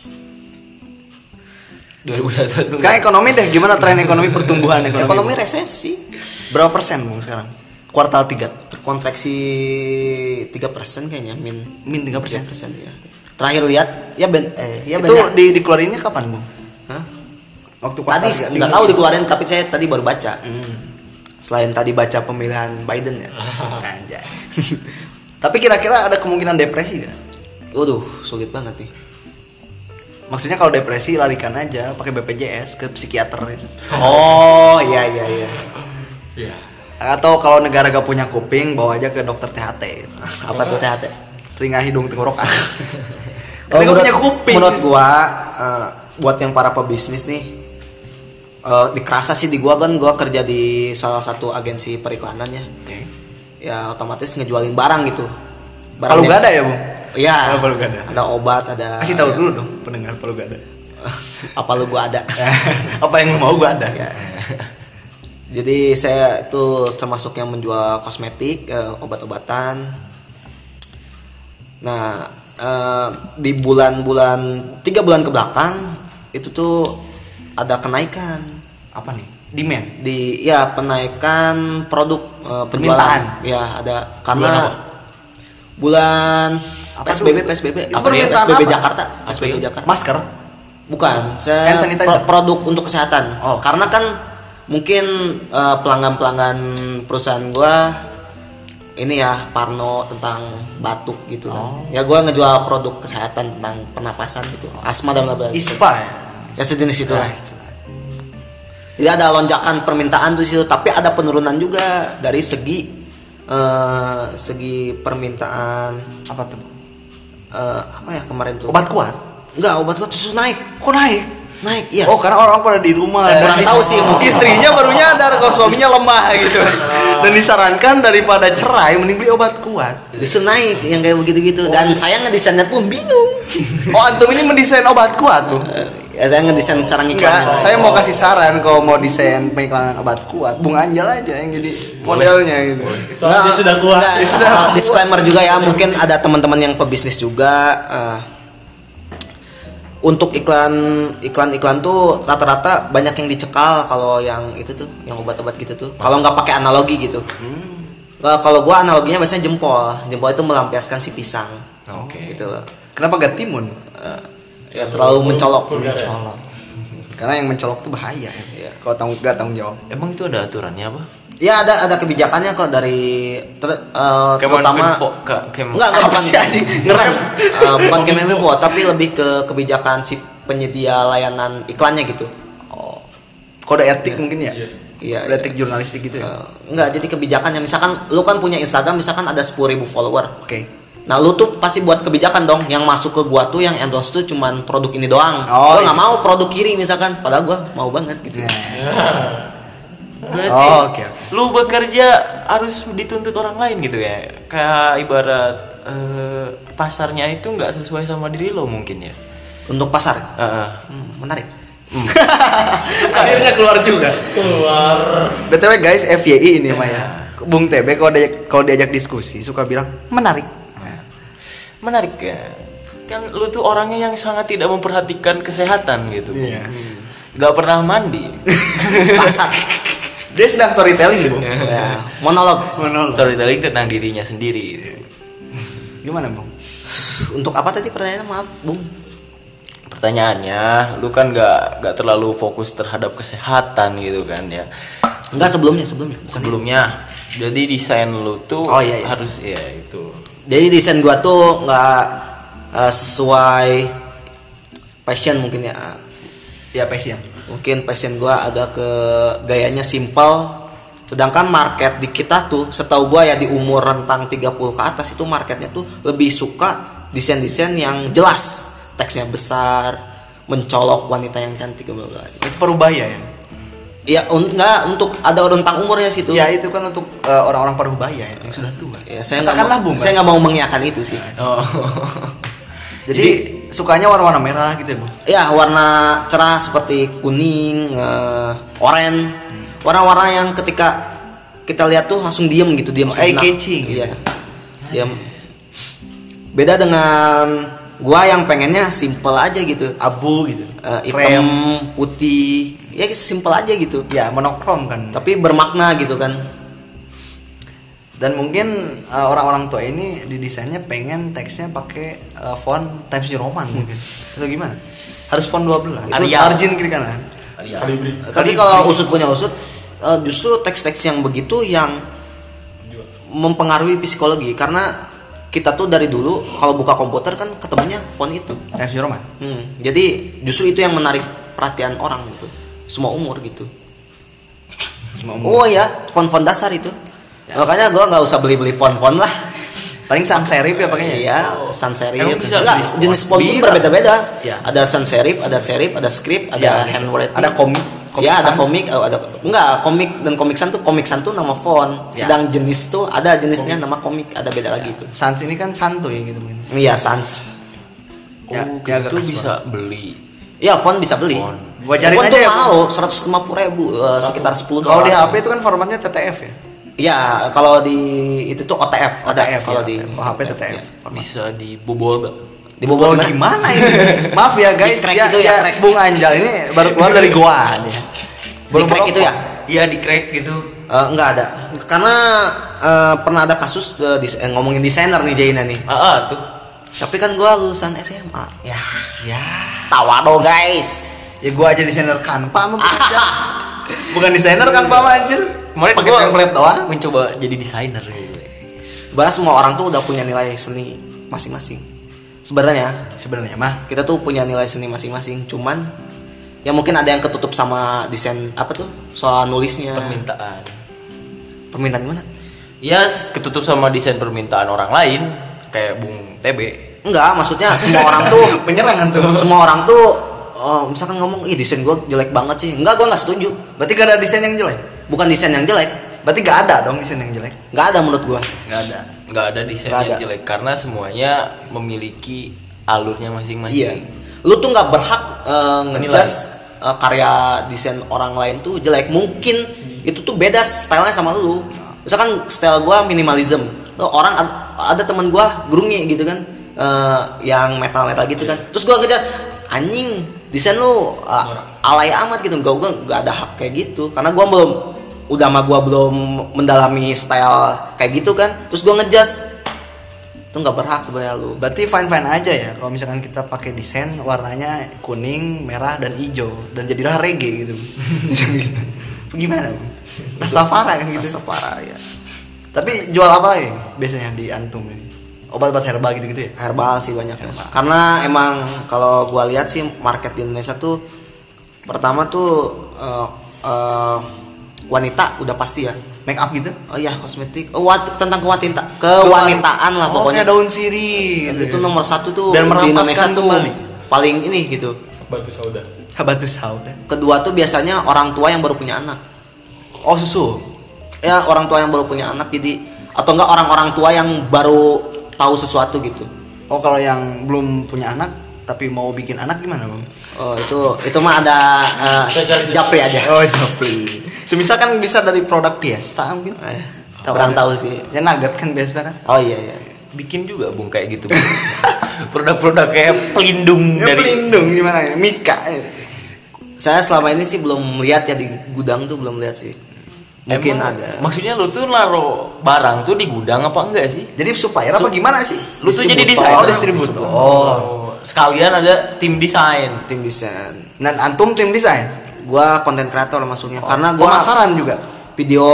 2021. Sekarang ekonomi deh, gimana tren ekonomi, pertumbuhan ekonomi? ekonomi resesi. Berapa persen, Bung, sekarang? Kuartal 3. Terkontraksi 3% kayaknya, min 3%. 3% ya. Terakhir lihat ya Itu dikeluarinnya kapan, Bung? Hah? Waktu Tadi kuartal nggak tahu dikeluarin, tapi saya tadi baru baca. Selain tadi baca pemilihan Biden ya. Anjay. Tapi kira-kira ada kemungkinan depresi gak? Waduh, sulit banget nih. Maksudnya kalau depresi larikan aja pakai BPJS ke psikiater itu. Oh, iya. Iya. Atau kalau negara gak punya kuping, bawa aja ke dokter THT gitu. Apa tuh THT? Telinga hidung tenggorokan. Karena gak punya kuping. Menurut gua buat yang para pebisnis nih dikerasa sih di gua kan gua kerja di salah satu agensi periklanan ya. Oke. Ya otomatis ngejualin barang gitu. Palu gak ada ya, Bung? Iya. Palu gak ada. Ada obat, ada. Kasih tahu dulu dong pendengar Palu gak ada. Apa lu gua ada? Apa yang lu mau gua ada. Ya. Jadi saya itu termasuk yang menjual kosmetik, obat-obatan. Nah, di 3 bulan ke belakang itu tuh ada kenaikan. Apa nih? Demand. Penaikan produk Permintaan. penjualan. Ya, ada karena bulan PSBB. Apa PSBB apa? Jakarta. PSBB Jakarta. Masker. Bukan, saya Hand sanitizer. produk untuk kesehatan. Oh. Karena kan mungkin pelanggan perusahaan gua ini ya parno tentang batuk gitu kan. Ya gua ngejual produk kesehatan tentang pernapasan gitu, asma dan lain-lain. ISPA Ya sejenis itu lah. Jadi ada lonjakan permintaan tuh situ, tapi ada penurunan juga dari segi permintaan. Apa tuh? Apa ya kemarin tuh? Obat kuat. Enggak, obat kuat justru naik. Kok naik? Naik, iya. Oh, karena orang pada di rumah. Kurang tahu sih, mungkin. Istrinya baru nyadar kalau suaminya lemah gitu. Dan disarankan daripada cerai mending beli obat kuat. Justru naik yang kayak begitu-gitu. Dan saya ngedesainnya pun bingung. Oh, antum ini mendesain obat kuat, Bu? Ya saya ngedesain cara ngiklannya. Enggak, saya mau kasih saran kalau mau desain pengiklanan obat kuat, Bung Anjal aja yang jadi modelnya gitu. Soalnya dia sudah kuat. Disclaimer juga ya, mungkin ada teman-teman yang pebisnis juga. Untuk iklan tuh rata-rata banyak yang dicekal kalau yang itu tuh, yang obat-obat gitu tuh. Kalau nggak pakai analogi gitu. Kalau gua analoginya biasanya jempol. Jempol itu melampiaskan si pisang. Oke. Gitu loh. Kenapa gak timun? Ya terlalu mencolok. Karena yang mencolok tuh bahaya. Iya. Kalau gak tanggung jawab. Emang itu ada aturannya apa? Ya ada kebijakannya kok dari terutama bukan Kemenfo tapi lebih ke kebijakan si penyedia layanan iklannya gitu. Oh. Kode etik mungkin ya? Iya. Kode etik jurnalistik gitu ya? Enggak, jadi kebijakannya misalkan lu kan punya Instagram misalkan ada 10.000 follower. Oke. Nah, lu tuh pasti buat kebijakan dong yang masuk ke gua tuh yang endorse tuh cuman produk ini doang. Oh, gua enggak mau produk kiri misalkan, padahal gua mau banget gitu. Berarti Oh, oke. lu bekerja harus dituntut orang lain gitu ya. Kayak ibarat pasarnya itu nggak sesuai sama diri lo mungkin ya. Untuk pasar. Menarik. Akhirnya keluar juga. BTW guys, FYI ini mah ya. Bung TB kalau diajak diskusi suka bilang menarik. Menarik ya. Kan lu tuh orangnya yang sangat tidak memperhatikan kesehatan gitu. Iya. Gak pernah mandi. Bangsat. Dia sedang storytelling, Bung. Ya, monolog. Storytelling tentang dirinya sendiri. Gimana, Bung? Untuk apa tadi pertanyaannya, maaf, Bung? Pertanyaannya, lu kan gak terlalu fokus terhadap kesehatan gitu kan ya. Enggak, sebelumnya. Bukan Sebelumnya, jadi desain lu tuh Oh, iya. harus ya itu. Jadi desain gua tuh nggak sesuai passion mungkin ya. Ya passion. Mungkin passion gua agak ke gayanya simple. Sedangkan market di kita tuh setahu gua ya di umur rentang 30 ke atas itu marketnya tuh lebih suka desain-desain yang jelas, teksnya besar, mencolok wanita yang cantik gitu. Itu parubaya ya. Ya enggak, untuk ada rentang umurnya situ. Ya itu kan untuk orang-orang parubaya ya, yang sudah tua. Ya, saya Katakanlah, nggak Bung, saya nggak mau mengiyakan itu sih. Oh. Jadi sukanya warna-warna merah gitu ya, Bung. Ya, warna cerah seperti kuning, oranye, warna-warna yang ketika kita lihat tuh langsung diem gitu, diem sejenak. Eye-catching. Iya, diem. Beda dengan gua yang pengennya simple aja gitu, Abu gitu. hitam, putih, ya simple aja gitu. Ya monokrom kan. Tapi bermakna gitu kan. Dan mungkin orang-orang tua ini di desainnya pengen teksnya pakai font Times New Roman mungkin. Itu gimana? Harus font 12. Itu Arial. margin kiri kanan. Tapi kalau usut punya usut, justru teks-teks yang begitu yang mempengaruhi psikologi, karena kita tuh dari dulu kalau buka komputer kan ketemunya font itu. Times New Roman. Jadi justru itu yang menarik perhatian orang gitu, semua umur gitu. Oh ya, font-font dasar itu. Makanya gua nggak usah beli font-font lah. Paling sans serif ya pakainya. Iya, sans serif. Emang bisa Enggak, beli jenis font pun Bisa. berbeda-beda. Ya. Ada sans serif, ada serif, ada script, ada Ya, handwriting. ada komik. Ya, ada sans. komik, ada enggak, komik dan komik san tuh nama font. Ya. Sedang jenis tuh ada jenisnya nama komik, ada beda lagi tuh. Sans ini kan santuy gitu mungkin. Iya, sans. Ya, Oh, ya agak itu khas bisa beli. Iya, font bisa beli. Font. Gua cariin Font aja tuh ya, mahal loh, 150.000, sekitar 10 Kalau di dolar. HP itu kan formatnya TTF ya. Iya, kalau di itu tuh OTF, ada OTF, kalau ya, di OTF. Oh, HP TTF. Iya. Bisa dibobol gak? Dibobol Bobol gimana? gimana ini? Maaf ya guys, Di-crack ya, itu ya, ya, crack. Bung Anjal ini baru keluar dari goa nih. Di crack itu ya? Iya di crack gitu. Enggak ada. Karena pernah ada kasus ngomongin desainer nih Jaina nih. Tuh. Tapi kan gua lulusan SMA. Ya, Tawa dong guys. ya gua aja desainer Canva mah bekerja. Bukan desainer Canva mah anjir. Kemarin Pakai gua template doang. mencoba jadi desainer gitu. Bahas semua orang tuh udah punya nilai seni masing-masing. Sebenarnya Sebenarnya mah kita tuh punya nilai seni masing-masing. Cuman ya mungkin ada yang ketutup sama desain apa tuh soal nulisnya. Permintaan gimana? Ya ketutup sama desain permintaan orang lain kayak Bung TB. Enggak, maksudnya semua orang tuh penyerangan tuh. semua orang tuh misalkan ngomong, ih desain gua jelek banget sih. Enggak, gua nggak setuju. Berarti gak ada desain yang jelek. Bukan desain yang jelek, Berarti gak ada dong desain yang jelek. nggak ada menurut gua. Nggak ada desain Nggak yang ada. jelek karena semuanya memiliki alurnya Iya. masing-masing. Lu tuh nggak berhak ngejudge karya desain orang lain tuh jelek. Mungkin itu tuh beda stylenya sama lu. Misalkan style gua minimalism. Orang ada temen gua grunge gitu kan. Yang metal-metal gitu kan. Terus gua ngejudge, anjing, desain lu alay amat gitu. Gua nggak ada hak kayak gitu. Karena gua belum mendalami style kayak gitu kan. Terus gua ngejudge, itu nggak berhak sebenarnya lu. Berarti fine aja ya kalau misalkan kita pakai desain warnanya kuning, merah dan hijau dan jadilah reggae gitu. Gitu. Gimana? Rastafari kan gitu. Rastafari ya. Tapi jual apa ya biasanya di Antum ini? Obat-obat herbal gitu-gitu ya? Herbal sih banyak ya. Karena emang kalau gua lihat sih market di Indonesia tuh pertama tuh wanita udah pasti ya. Make up gitu? Oh iya, kosmetik. Tentang kewanitaan lah pokoknya. Kayak daun sirih. Itu nomor satu tuh Biar di merapatkan Indonesia tuh kembali. paling ini gitu. Habatus sauda. Kedua tuh biasanya orang tua yang baru punya anak. Oh, susu. Ya orang tua yang baru punya anak, jadi atau enggak orang-orang tua yang baru tahu sesuatu gitu. Oh, kalau yang belum punya anak tapi mau bikin anak gimana, Bang? Oh, itu mah ada Japri aja. Oh, Japri. Semisal kan bisa dari produk Fiesta mungkin. Kurang tahu sih. Ya nugget kan biasa kan. Oh iya. Bikin juga Bung kayak gitu. Produk-produk kayak pelindung Ya, dari pelindung gimana ya? Mika. Saya selama ini sih belum lihat ya di gudang tuh, belum lihat sih. Mungkin Emang, ada. Maksudnya lu tuh naruh barang tuh di gudang apa enggak sih? Jadi supplier apa gimana sih? Lu tuh jadi Distributor. distributor. Oh. Sekalian ada tim desain. Tim desain. Dan antum tim desain. Gua konten kreator masuknya karena gua Pemasaran juga. video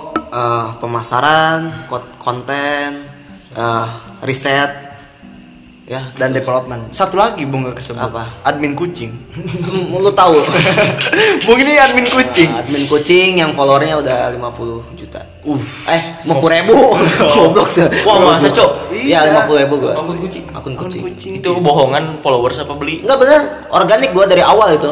pemasaran, konten, riset, ya Dan development. Satu lagi Bung gak kesebut. Apa? Admin kucing. lu tahu. Bung ini admin kucing. Admin kucing yang followernya udah 50 juta. 50.000. Goblok sih. Wah, masa, Cok? Iya, 50.000 gua. Akun kucing. Akun kucing. Itu bohongan followers apa beli? Enggak bener, organik gua dari awal itu.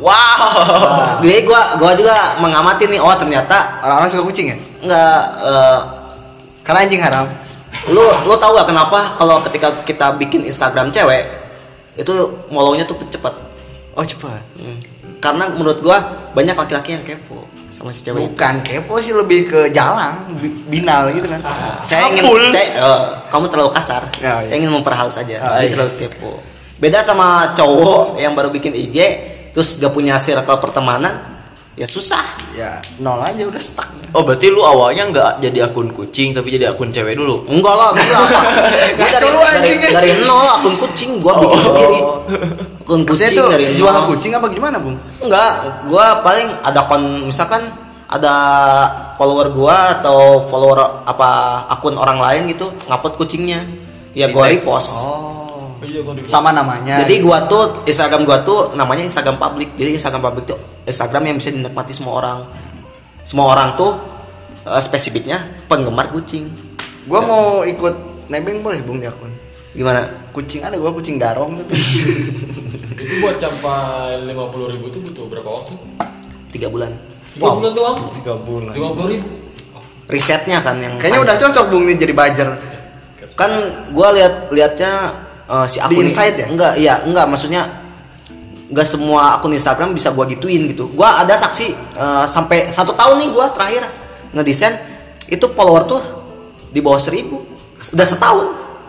Wow. Jadi gua juga mengamati nih, oh ternyata Orang-orang suka kucing ya? enggak Karena anjing haram. lu tahu gak kenapa kalau ketika kita bikin Instagram cewek itu follow-nya tuh cepet. Oh, cepat. Karena menurut gua banyak laki-laki yang kepo sama si cewek itu. Bukan kepo sih, lebih ke jalang, binal gitu kan. Saya ingin kamu terlalu kasar. Ya, iya. Saya ingin memperhalus saja. Dia Nice. terlalu kepo. Beda sama cowok yang baru bikin IG terus gak punya circle pertemanan, ya susah. Ya, nol aja udah stuck. Oh, berarti lu awalnya nggak jadi akun kucing tapi jadi akun cewek dulu. Enggak lah, gila apa? Gua dari nol akun kucing gua bikin sendiri. Akun Maksudnya kucing itu dari jual nol. kucing apa gimana, Bung? Enggak, gua paling ada misalkan ada follower gua atau follower apa akun orang lain gitu ngupload kucingnya. Ya gua repost. Sama namanya. Jadi gua tuh Instagram gua tuh namanya Instagram public. Jadi Instagram public tuh Instagram yang bisa dinikmati semua orang. Semua orang tuh spesifiknya penggemar kucing. Gua mau ikut nebeng boleh, Bung, di akun. Gimana? Kucing ada, gua kucing garong tuh. Itu buat capai 50.000 tuh butuh berapa waktu? 3 bulan. 3 bulan doang? 3 bulan. 50.000. Risetnya kan yang Kayaknya udah cocok, Bung, nih jadi buzzer. kan gua lihatnya si akun Di Insight ya? Enggak maksudnya enggak semua akun Instagram bisa gua gituin gitu. Gua ada saksi sampai 1 tahun nih gua terakhir ngedesain itu follower tuh di bawah 1.000. Udah setahun.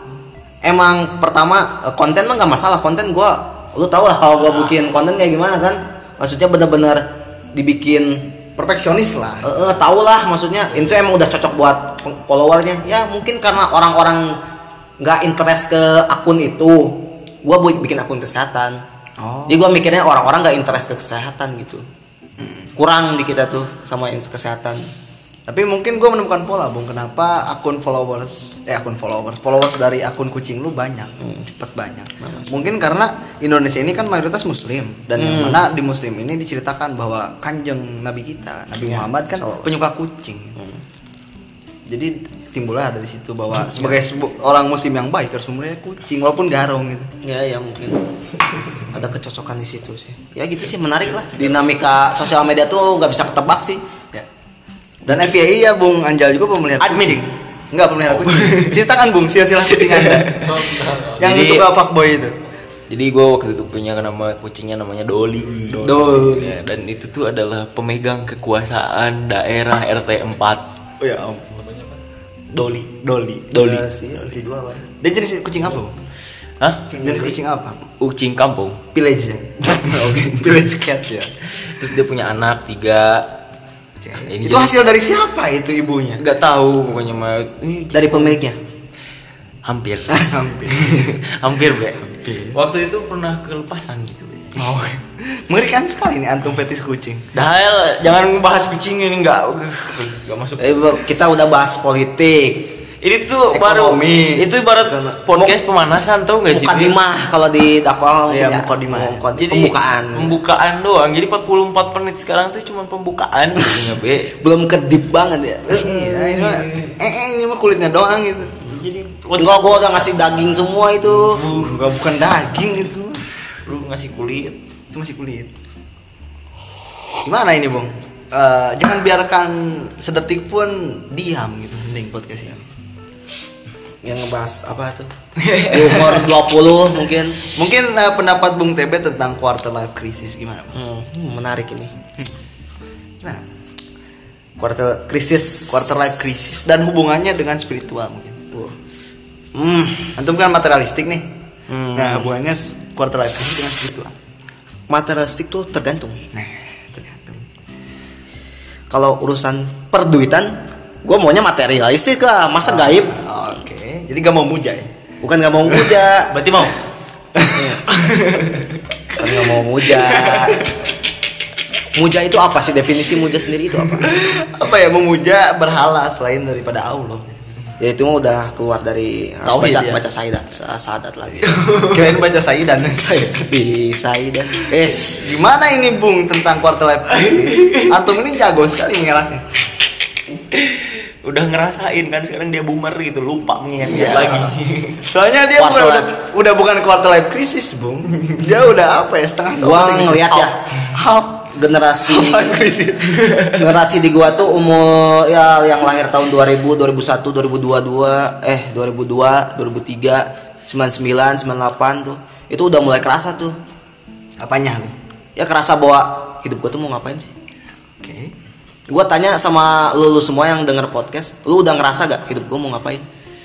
Emang pertama konten mah nggak masalah, konten gua lu tau lah kalau gua bikin konten kayak gimana kan, maksudnya bener-bener dibikin Perfeksionis lah. tau lah maksudnya itu emang udah cocok buat followernya. Ya mungkin karena orang-orang nggak interest ke akun itu, gua bikin akun kesehatan. Jadi gua mikirnya orang-orang nggak interest ke kesehatan gitu, kurang di kita tuh sama kesehatan. Tapi mungkin gue menemukan pola, Bung, kenapa followers dari akun kucing lu banyak, cepet banyak. Mungkin karena Indonesia ini kan mayoritas Muslim, dan yang mana di Muslim ini diceritakan bahwa kanjeng Nabi kita, Nabi Muhammad kan penyuka kucing. Jadi timbullah dari situ bahwa sebagai orang Muslim yang baik harus memelihara kucing walaupun garong gitu. Ya mungkin ada kecocokan di situ sih. Ya gitu sih, menarik lah. Dinamika sosial media tuh nggak bisa ketebak sih. Ya. Dan FYI ya, Bung Anjal juga pemelihara Admin. kucing. Enggak pemelihara kucing. Ceritakan, Bung, silsilah kucing Anda. Yang Jadi- suka fuckboy itu. Jadi gue waktu itu punya nama kucingnya namanya Dolly. Dolly. Ya, dan itu tuh adalah pemegang kekuasaan daerah RT 4. Oh ya ampun. Dolly. Ya, sih jual lah. Dia jenis kucing apa, Bung? Hah? Jenis kucing apa? Kucing kampung. Village ya. Oke, village cat ya. Terus dia punya anak 3. Ini Itu hasil dari siapa itu ibunya? nggak tahu pokoknya mah ini Dari pemiliknya. hampir. Hampir. hampir, Bre. Waktu itu pernah kelepasan gitu. Oh. Mengerikan sekali nih antum fetis kucing. Dahil jangan bahas kucing ini nggak masuk. Kita udah bahas politik. Ini tuh Ekonomi. baru itu ibarat podcast pemanasan tau nggak sih? Mukadimah kalau di dakwah Iya, punya mukadimah. Jadi pembukaan doang. Jadi 44 menit sekarang tuh cuma pembukaan gitu, Be. belum kedip banget ya. Iya, ini mah ini mah kulitnya doang gitu. Jadi Enggak, gua udah ngasih daging semua itu. Enggak, bukan daging itu. lu ngasih kulit. Itu masih kulit. Gimana ini, Bung? jangan biarkan sedetik pun diam gitu mending podcastnya. Yang ngebahas apa tuh? Di umur 20 mungkin. Mungkin pendapat Bung TB tentang quarter life crisis gimana, Bang? Menarik ini. Nah, Quarter life crisis dan hubungannya dengan spiritual mungkin. Antum kan materialistik nih. Nah, hubungannya quarter life crisis dengan spiritual. Materialistik tuh tergantung. Nah, tergantung. Kalau urusan perduitan, gue maunya materialistik lah, masa gaib? Oke, jadi gak mau muja ya? Bukan gak mau muja. Berarti mau. Bukan gak mau muja. Muja itu apa sih? Definisi muja sendiri itu apa? Apa ya, memuja berhala selain daripada Allah? Ya itu mah udah keluar dari harus Tauhid, baca ya? baca sahadat lagi. Kirain baca Saidan. Di saidat. Gimana ini Bung tentang quarter life crisis? Antum ini jago sekali ngelaknya. Udah ngerasain kan sekarang dia boomer gitu, lupa mengingat-ingat Iya. lagi. Soalnya dia Quarter udah bukan quarter life crisis, Bung. Dia udah apa ya, setengah Gua ngeliat ya, generasi generasi di gua tuh umur ya yang lahir tahun 2000, 2001, 2002, 2002, 2003, 99, 98 tuh. Itu udah mulai kerasa tuh. Apanya lu? Ya kerasa bahwa hidup gua tuh mau ngapain sih? Oke. Gua tanya sama lu semua yang denger podcast, lu udah ngerasa gak hidup gua mau ngapain?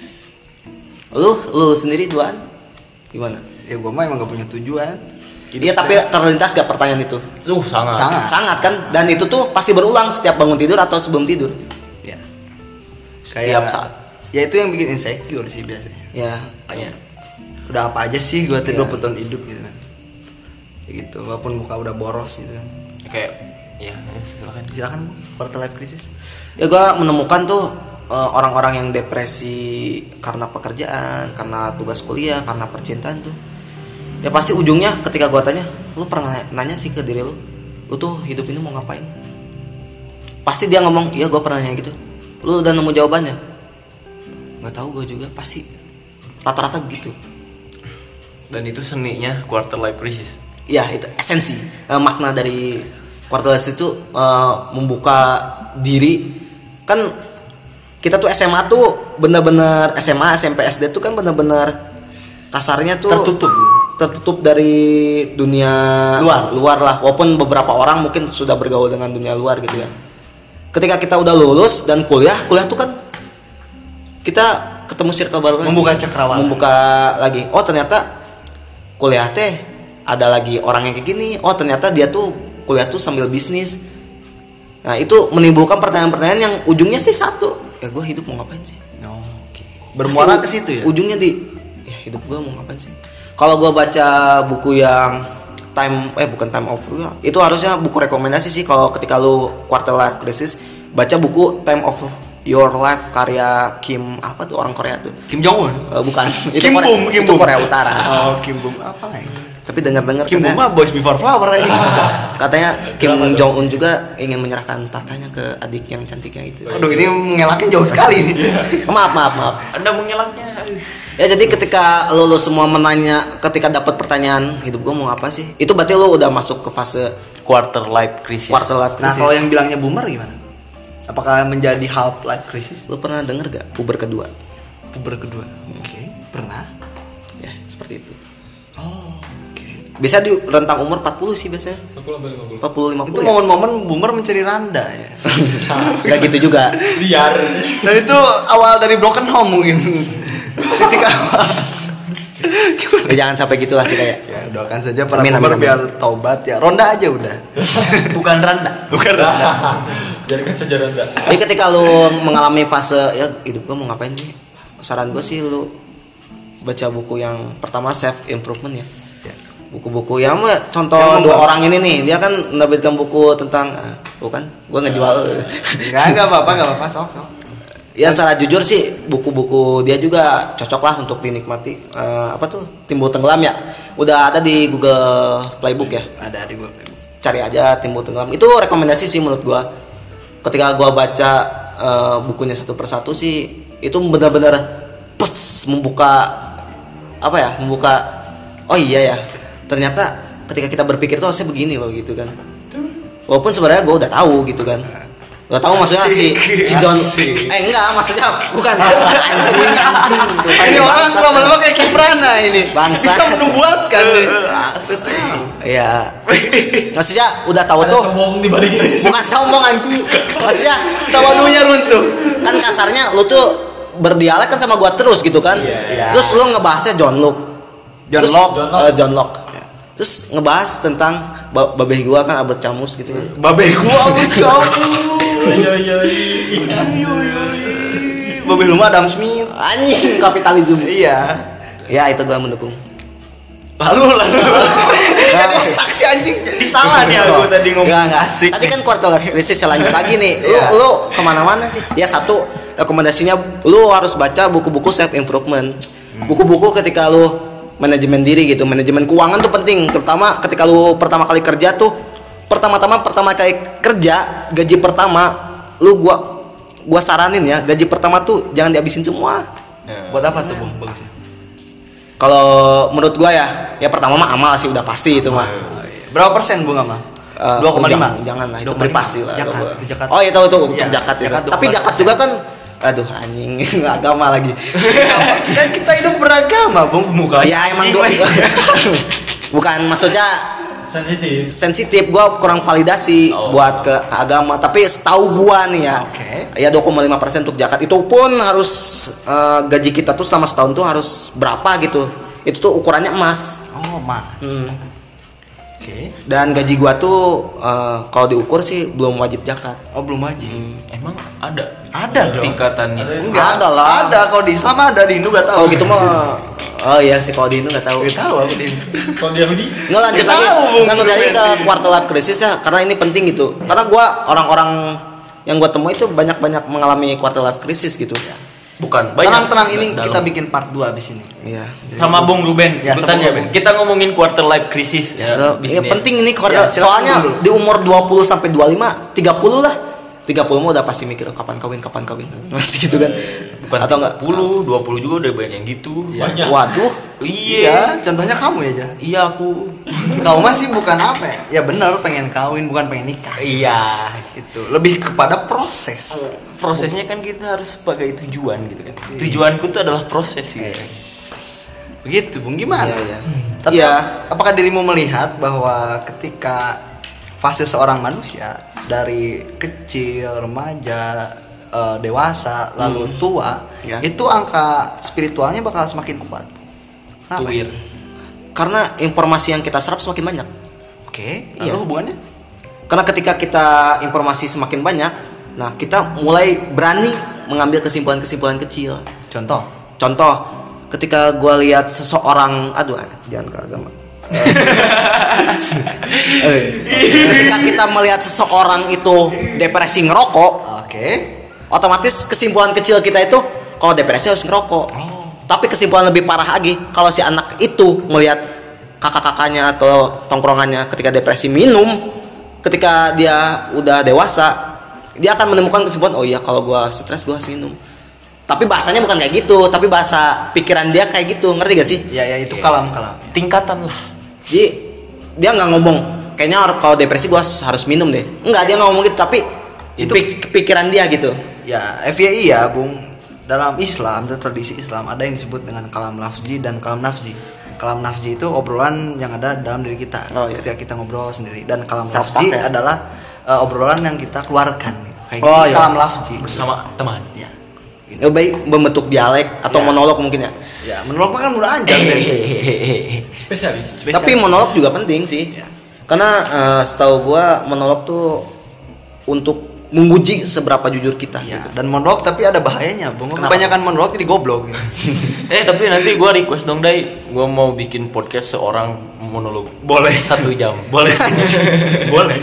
Lu sendiri Duan gimana? Ya gua mah emang gak punya tujuan. Iya tapi terlintas gak pertanyaan itu? Sangat. Sangat kan, dan itu tuh pasti berulang setiap bangun tidur atau sebelum tidur. Ya. Setiap saat. Ya itu yang bikin insecure sih biasanya. Ya Kayak Udah apa aja sih gua tidur Iya. bertahun hidup gitu kan. Ya gitu, walaupun muka udah boros gitu kan. kayak ya silakan. Silakan Bung, quarter life crisis. ya gua menemukan tuh orang-orang yang depresi karena pekerjaan, karena tugas kuliah, karena percintaan tuh. Ya pasti ujungnya ketika gua tanya, lu pernah nanya sih ke diri lu tuh hidup ini mau ngapain? Pasti dia ngomong, iya gua pernah nanya gitu. Lu udah nemu jawabannya? Nggak tahu gua juga, pasti rata-rata gitu. Dan itu seninya quarter life crisis. Ya itu esensi, makna dari quarter life itu membuka diri. Kan kita tuh SMA tuh bener-bener SMA, SMP, SD tuh kan bener-bener kasarnya tuh tertutup dari dunia luar lah, walaupun beberapa orang mungkin sudah bergaul dengan dunia luar gitu ya. Ketika kita udah lulus dan kuliah tuh kan kita ketemu circle baru lagi, Membuka cakrawala. membuka lagi. Oh ternyata kuliah teh ada lagi orang yang kayak gini. Oh ternyata dia tuh kuliah tuh sambil bisnis. Nah itu menimbulkan pertanyaan-pertanyaan yang ujungnya sih satu, ya gue hidup mau ngapain sih? Oke. Bermuara ke Pasti situ ya. Ujungnya ya hidup gue mau ngapain sih? Kalau gue baca buku yang bukan time of ya, itu harusnya buku rekomendasi sih. Kalau ketika lu quarter life crisis, baca buku Time of Your Life karya Kim apa tuh, orang Korea tuh. Kim Jong Un. Bukan. Kim Bum, Kim itu Bum. Korea Utara. Oh, Kim Bum apa lagi? Tapi dengar-dengar Kim Bum katanya, mah Boys Before Flower aja. katanya Kim Jong Un juga ingin menyerahkan tahtanya ke adik yang cantiknya itu. Aduh, ini mengelaknya jauh sekali nih. Maaf. Anda mengelaknya. Ya jadi ketika lo semua menanya, ketika dapat pertanyaan hidup gue mau apa sih, itu berarti lo udah masuk ke fase Quarter life crisis. quarter life Nah, crisis. kalau yang bilangnya boomer gimana? Apakah menjadi half life crisis? Lo pernah denger gak Uber kedua? Puber kedua. Oke, pernah. Ya seperti itu. Oh, oke. Biasa di rentang umur 40 sih biasanya. 50. 40 50 Itu ya? momen-momen boomer mencari randa ya. Gak gitu juga. Liar. Dan itu awal dari broken home mungkin. Titik awal. Gimana? Ya, jangan sampai gitulah kita ya. Ya, doakan saja para Amin, boomer amin, biar taubat ya. Ronda aja udah. Bukan randa. Bukan ronda. Biarkan saja Anda. Jadi ketika lu mengalami fase ya hidup gua mau ngapain sih? Saran gua sih lu baca buku yang pertama self improvement ya. Buku-buku yang contoh Yang dua membangun. orang ini nih, dia kan menerbitkan buku tentang bukan gua ngejual. Enggak apa-apa, sok. Ya secara jujur sih buku-buku dia juga cocok lah untuk dinikmati. Apa tuh Timbul Tenggelam ya, udah ada di Google Playbook ya, Ada di gua. cari aja Timbul Tenggelam. Itu rekomendasi sih menurut gua. Ketika gua baca bukunya satu persatu sih, itu benar-benar membuka apa ya, oh iya ya, ternyata ketika kita berpikir tuh harusnya begini loh gitu kan. Walaupun sebenarnya gue udah tahu gitu kan. Udah tahu maksudnya si John enggak maksudnya bukan anjing. Ini orang lama-lama kayak Kiprana ini. Bangsa. Bisa menubuatkan nih. Iya. Maksudnya udah tahu tuh. Sombong di balik ini. Bukan sombong anjing. Maksudnya Tawadunya runtuh. kan kasarnya lu tuh berdialek kan sama gua terus gitu kan. Terus lu ngebahasnya John Locke. John Locke. John Locke. Terus ngebahas tentang babeh gua kan Albert Camus gitu kan. Babe gua Iya. Babe lu mah Adam Smith. Anjing kapitalisme. Iya. Ya itu gua mendukung. Lalu Jadi taksi anjing. jadi salah nih aku tadi ngomong. Enggak. Tadi kan quarter life crisis lanjut lagi nih. Lu kemana-mana sih? Ya satu rekomendasinya lu harus baca buku-buku self improvement. Buku-buku ketika lu manajemen diri gitu, manajemen keuangan tuh penting, terutama ketika lu pertama kali kerja tuh. Pertama kali kerja gaji pertama lu gua saranin ya, gaji pertama tuh jangan dihabisin semua. Buat apa tuh, Bung? Bagusnya. Kalau menurut gua ya pertama mah amal sih udah pasti itu mah. Berapa persen Bung Amal? 2,5. Jangan lah, itu 2,5. privasi lah. Jakat. Oh iya tahu tuh untuk Iya, jakat itu. jakat Tapi 12%. jakat juga kan aduh anjing agama lagi. Kan kita hidup beragama, Bung. Ya emang bukan maksudnya Sensitif. sensitif gua kurang validasi buat ke agama, tapi setahu gua nih ya. Oke. Ya 2,5% untuk zakat. Itu pun harus gaji kita tuh selama setahun tuh harus berapa gitu. Itu tuh ukurannya emas. Oh, Mas. Oke. Dan gaji gua tuh kalau diukur sih belum wajib zakat. Oh, belum wajib. Emang ada? Ada dong. Tingkatannya. Enggak ada lah. Ada, kalau di Islam ada, di Hindu gak tahu. Kalau gitu mah oh iya sih kalau di Indo nggak tahu. Gak tahu aku di Hindu. Kalau di Yahudi? Nggak lanjut lagi. Lanjut lagi ke quarter life crisis ya karena ini penting gitu. Karena gua orang-orang yang gua temui itu banyak mengalami quarter life crisis gitu. Bukan, banyak. Tenang ini Dalam. kita bikin part 2 abis ini. Iya. Sama Bung Ruben, Ya, ikutan sama ya, Ruben. Bung. Kita ngomongin quarter life crisis ya. Ya, penting ini quarter. Ya, silakan Soalnya dulu. di umur 20 sampai 25, 30 lah. 30 mah udah pasti mikir kapan kawin. Masih gitu kan. Bukan Atau enggak? 10, 20 juga udah banyak yang gitu. Banyak. Waduh. Iya. Contohnya kamu ya, Ja. Iya aku. Kau masih bukan apa ya? Ya benar, pengen kawin bukan pengen nikah. Iya. Itu lebih kepada proses. Prosesnya kan kita harus sebagai tujuan gitu kan. Tujuanku tuh adalah proses gitu. Begitu, Bung, gimana? Iya. Tapi Iya. apakah dirimu melihat bahwa ketika fase seorang manusia dari kecil, remaja, dewasa, lalu tua, Ya. itu angka spiritualnya bakal semakin kuat? Kenapa? Tuwir. Karena informasi yang kita serap semakin banyak. Oke, Iya. lalu hubungannya? Karena ketika kita informasi semakin banyak, nah kita mulai berani mengambil kesimpulan-kesimpulan kecil. Contoh, ketika gua lihat seseorang, aduh, jangan ke agama. Ketika kita melihat seseorang itu depresi ngerokok, Oke. otomatis kesimpulan kecil kita itu kalau depresi harus ngerokok. Tapi kesimpulan lebih parah lagi, kalau si anak itu melihat kakak-kakaknya atau tongkrongannya ketika depresi minum, ketika dia udah dewasa, dia akan menemukan kesimpulan, oh iya kalau gua stres gua harus minum. Tapi bahasanya bukan kayak gitu, tapi bahasa pikiran dia kayak gitu, ngerti gak sih? Ya itu kalam. Tingkatan lah. Jadi dia nggak ngomong, kayaknya kalau depresi gua harus minum deh. Enggak, dia nggak ngomong gitu, tapi itu pikiran dia gitu. Ya, FYI ya, Bung. Dalam Islam, dalam tradisi Islam ada yang disebut dengan kalam lafzi dan kalam nafzi. Kalam nafzi itu obrolan yang ada dalam diri kita. Oh, iya. Ketika kita ngobrol sendiri, dan kalam Self-talk lafzi ya? adalah obrolan yang kita keluarkan gitu. Kayak Oh, gitu, iya. kalam lafzi. Bersama teman. Ya. Lebih baik membentuk dialek atau Ya. monolog mungkin ya. Ya, menurut kan udah anjang deh. Spesialis. Tapi monolog juga penting sih. Karena setahu gua monolog tuh untuk menguji seberapa jujur kita Ya, gitu. dan monolog tapi ada bahayanya, Bung. Kenapa? Kebanyakan monolog jadi goblok gitu. Tapi nanti gue request dong, Dai. Gue mau bikin podcast seorang monolog. Boleh. 1 jam. Boleh. boleh.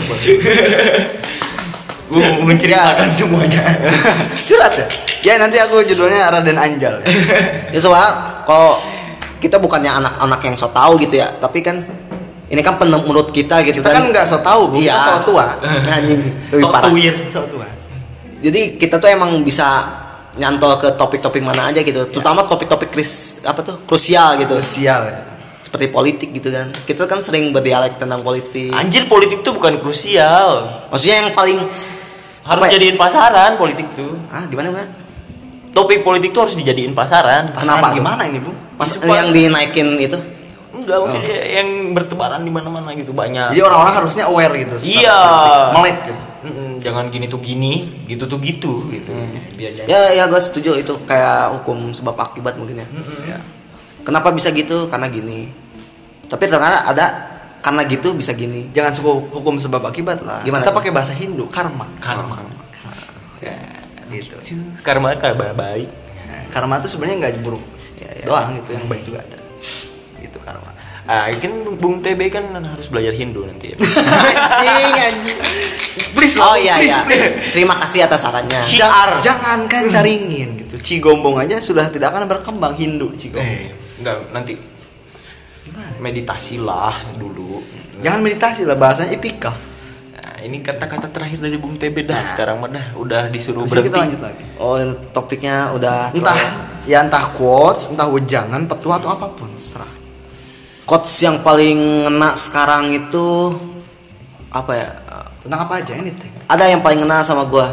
Gue mau menceritakan semuanya. Curhat ya? Ya, nanti aku judulnya Raden Anjal. Ya soalnya kalau kita bukannya anak-anak yang so tahu gitu ya, tapi kan ini kan menurut kita gitu Kita kan nggak so tahu, Bung. Iya. Kita so tua. Anjing, lebih parah. So tua. Jadi kita tuh emang bisa nyantol ke topik-topik mana aja gitu, terutama topik-topik krusial gitu. Sosial ya. seperti politik gitu kan. Kita kan sering berdialek tentang politik. Anjir, politik tuh bukan krusial. Maksudnya yang paling Harus apa ya? jadiin pasaran politik tuh. Gimana? Topik politik tuh harus dijadiin pasaran. Kenapa tuh? Gimana ini, Bu? Mas yang dinaikin itu? Enggak, maksudnya yang bertebaran di mana-mana gitu banyak. Jadi orang-orang harusnya aware gitu. Iya. Melek gitu. Jangan gini tuh gini, gitu tuh gitu gitu. Biar jangan. Ya gue setuju itu kayak hukum sebab akibat mungkin ya. Ya. Kenapa bisa gitu? Karena gini. Tapi ternyata ada karena gitu bisa gini. Jangan suku hukum sebab akibat lah. Gimana? Kita pakai bahasa Hindu, karma. Ya. Gitu. Karma baik. Karma itu sebenarnya nggak buruk. Ya. Doang gitu, yang baik juga ada. Gitu karma. Kan Bung TB kan harus belajar Hindu nanti ya. Anjing. Please, Oh iya iya. Terima kasih atas sarannya. Jangan kan caringin gitu. Cigombong aja sudah tidak akan berkembang Hindu Cigombong. Enggak, nanti meditasilah dulu. Jangan meditasi lah, bahasanya itikaf. Nah, ini kata-kata terakhir dari Bung TB dah. Sekarang mah dah udah disuruh Bisa kita berhenti. lanjut lagi. Oh, topiknya udah Entah quotes, entah wejangan, petua atau apapun, serah. quotes yang paling ngena sekarang itu apa ya? Tentang apa aja ini teh? Ada yang paling ngena sama gua.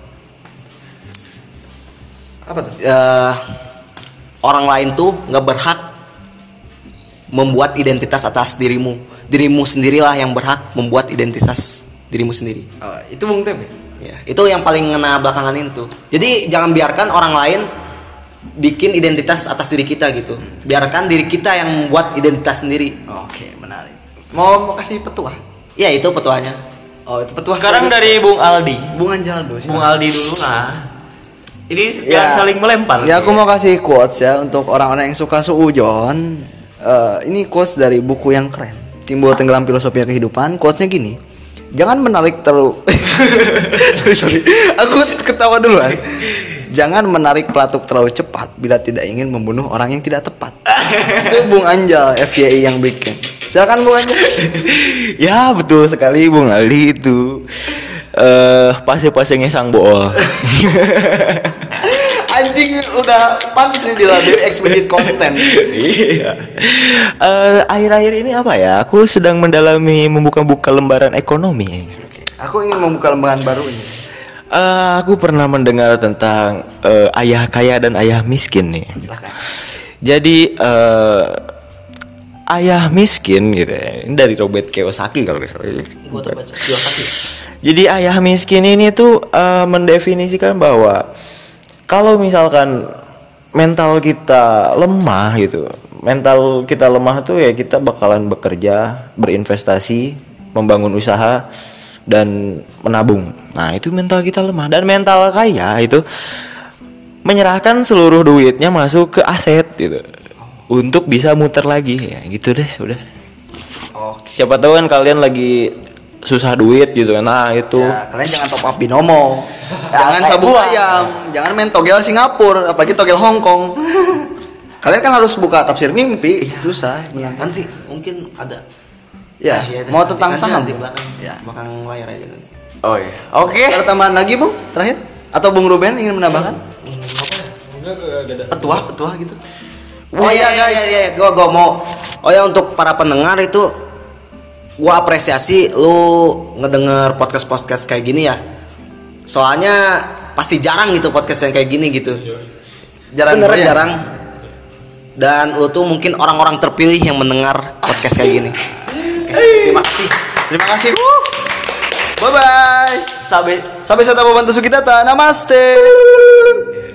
Apa tuh? Orang lain tuh nggak berhak membuat identitas atas dirimu. Dirimu sendirilah yang berhak membuat identitas dirimu sendiri. Itu Bung Tebe. Ya, itu yang paling ngena belakangan itu. Jadi jangan biarkan orang lain bikin identitas atas diri kita gitu. Biarkan diri kita yang membuat identitas sendiri. Oke, menarik. Mau kasih petua? Ya itu petuanya. Oh, itu petua. Sekarang serius. dari Bung Aldi. Bung Anjaldo. Bung Aldi dulu lah. Ini Ya. saling melempar. Ya, aku mau kasih quotes ya untuk orang-orang yang suka suujon. Ini quotes dari buku yang keren, Timbul Tenggelam Filosofi Kehidupan. Quotesnya gini, jangan menarik terlalu sorry, aku ketawa duluan. Jangan menarik pelatuk terlalu cepat bila tidak ingin membunuh orang yang tidak tepat. Itu Bung Anjal FYI yang bikin. Silakan Bung Anjal. Ya betul sekali Bung Aldi itu. Pase-pasenya sang bool. Anjing udah pantas nih dilabel explicit content. Iya. Akhir-akhir ini apa ya? Aku sedang mendalami membuka-buka lembaran ekonomi. Aku ingin membuka lembaran baru ini. Aku pernah mendengar tentang ayah kaya dan ayah miskin nih. Silakan. Jadi ayah miskin gitu ya. Ini dari Robert Kiyosaki kalau nggak salah. Gua tuh baca Kiyosaki. Jadi ayah miskin ini tuh mendefinisikan bahwa kalau misalkan mental kita lemah gitu, mental kita lemah tuh ya kita bakalan bekerja, berinvestasi, membangun usaha dan menabung. Nah itu mental kita lemah. Dan mental kaya itu menyerahkan seluruh duitnya masuk ke aset gitu, untuk bisa muter lagi ya gitu deh udah. Oh, Siapa tahu kan kalian lagi susah duit gitu kan. Nah itu ya, kalian jangan top up binomo. Jangan kayak sabuk gua. ayam, jangan main togel Singapura, apalagi togel Hong Kong. Kalian kan harus buka tafsir mimpi, susah. Nanti mungkin ada. Ya, Iya, mau nanti- tentang nanti saham. nanti belakang. Ya. Belakang layar aja nanti. Oh iya. Oke. Ada tambahan lagi, Bung? Terakhir? Atau Bung Ruben ingin menambahkan? Enggak ada. Petua gitu. Oh iya gua mau. Oh ya untuk para pendengar itu gua apresiasi lu ngedenger podcast kayak gini ya. Soalnya pasti jarang gitu podcast yang kayak gini gitu. Jarang Beneran goyang. jarang. Dan lu tuh mungkin orang-orang terpilih yang mendengar podcast kayak gini. Oke, terima kasih. Terima kasih. Bye bye. Sampai Sampai ketemu bantu Sugidata. Namaste.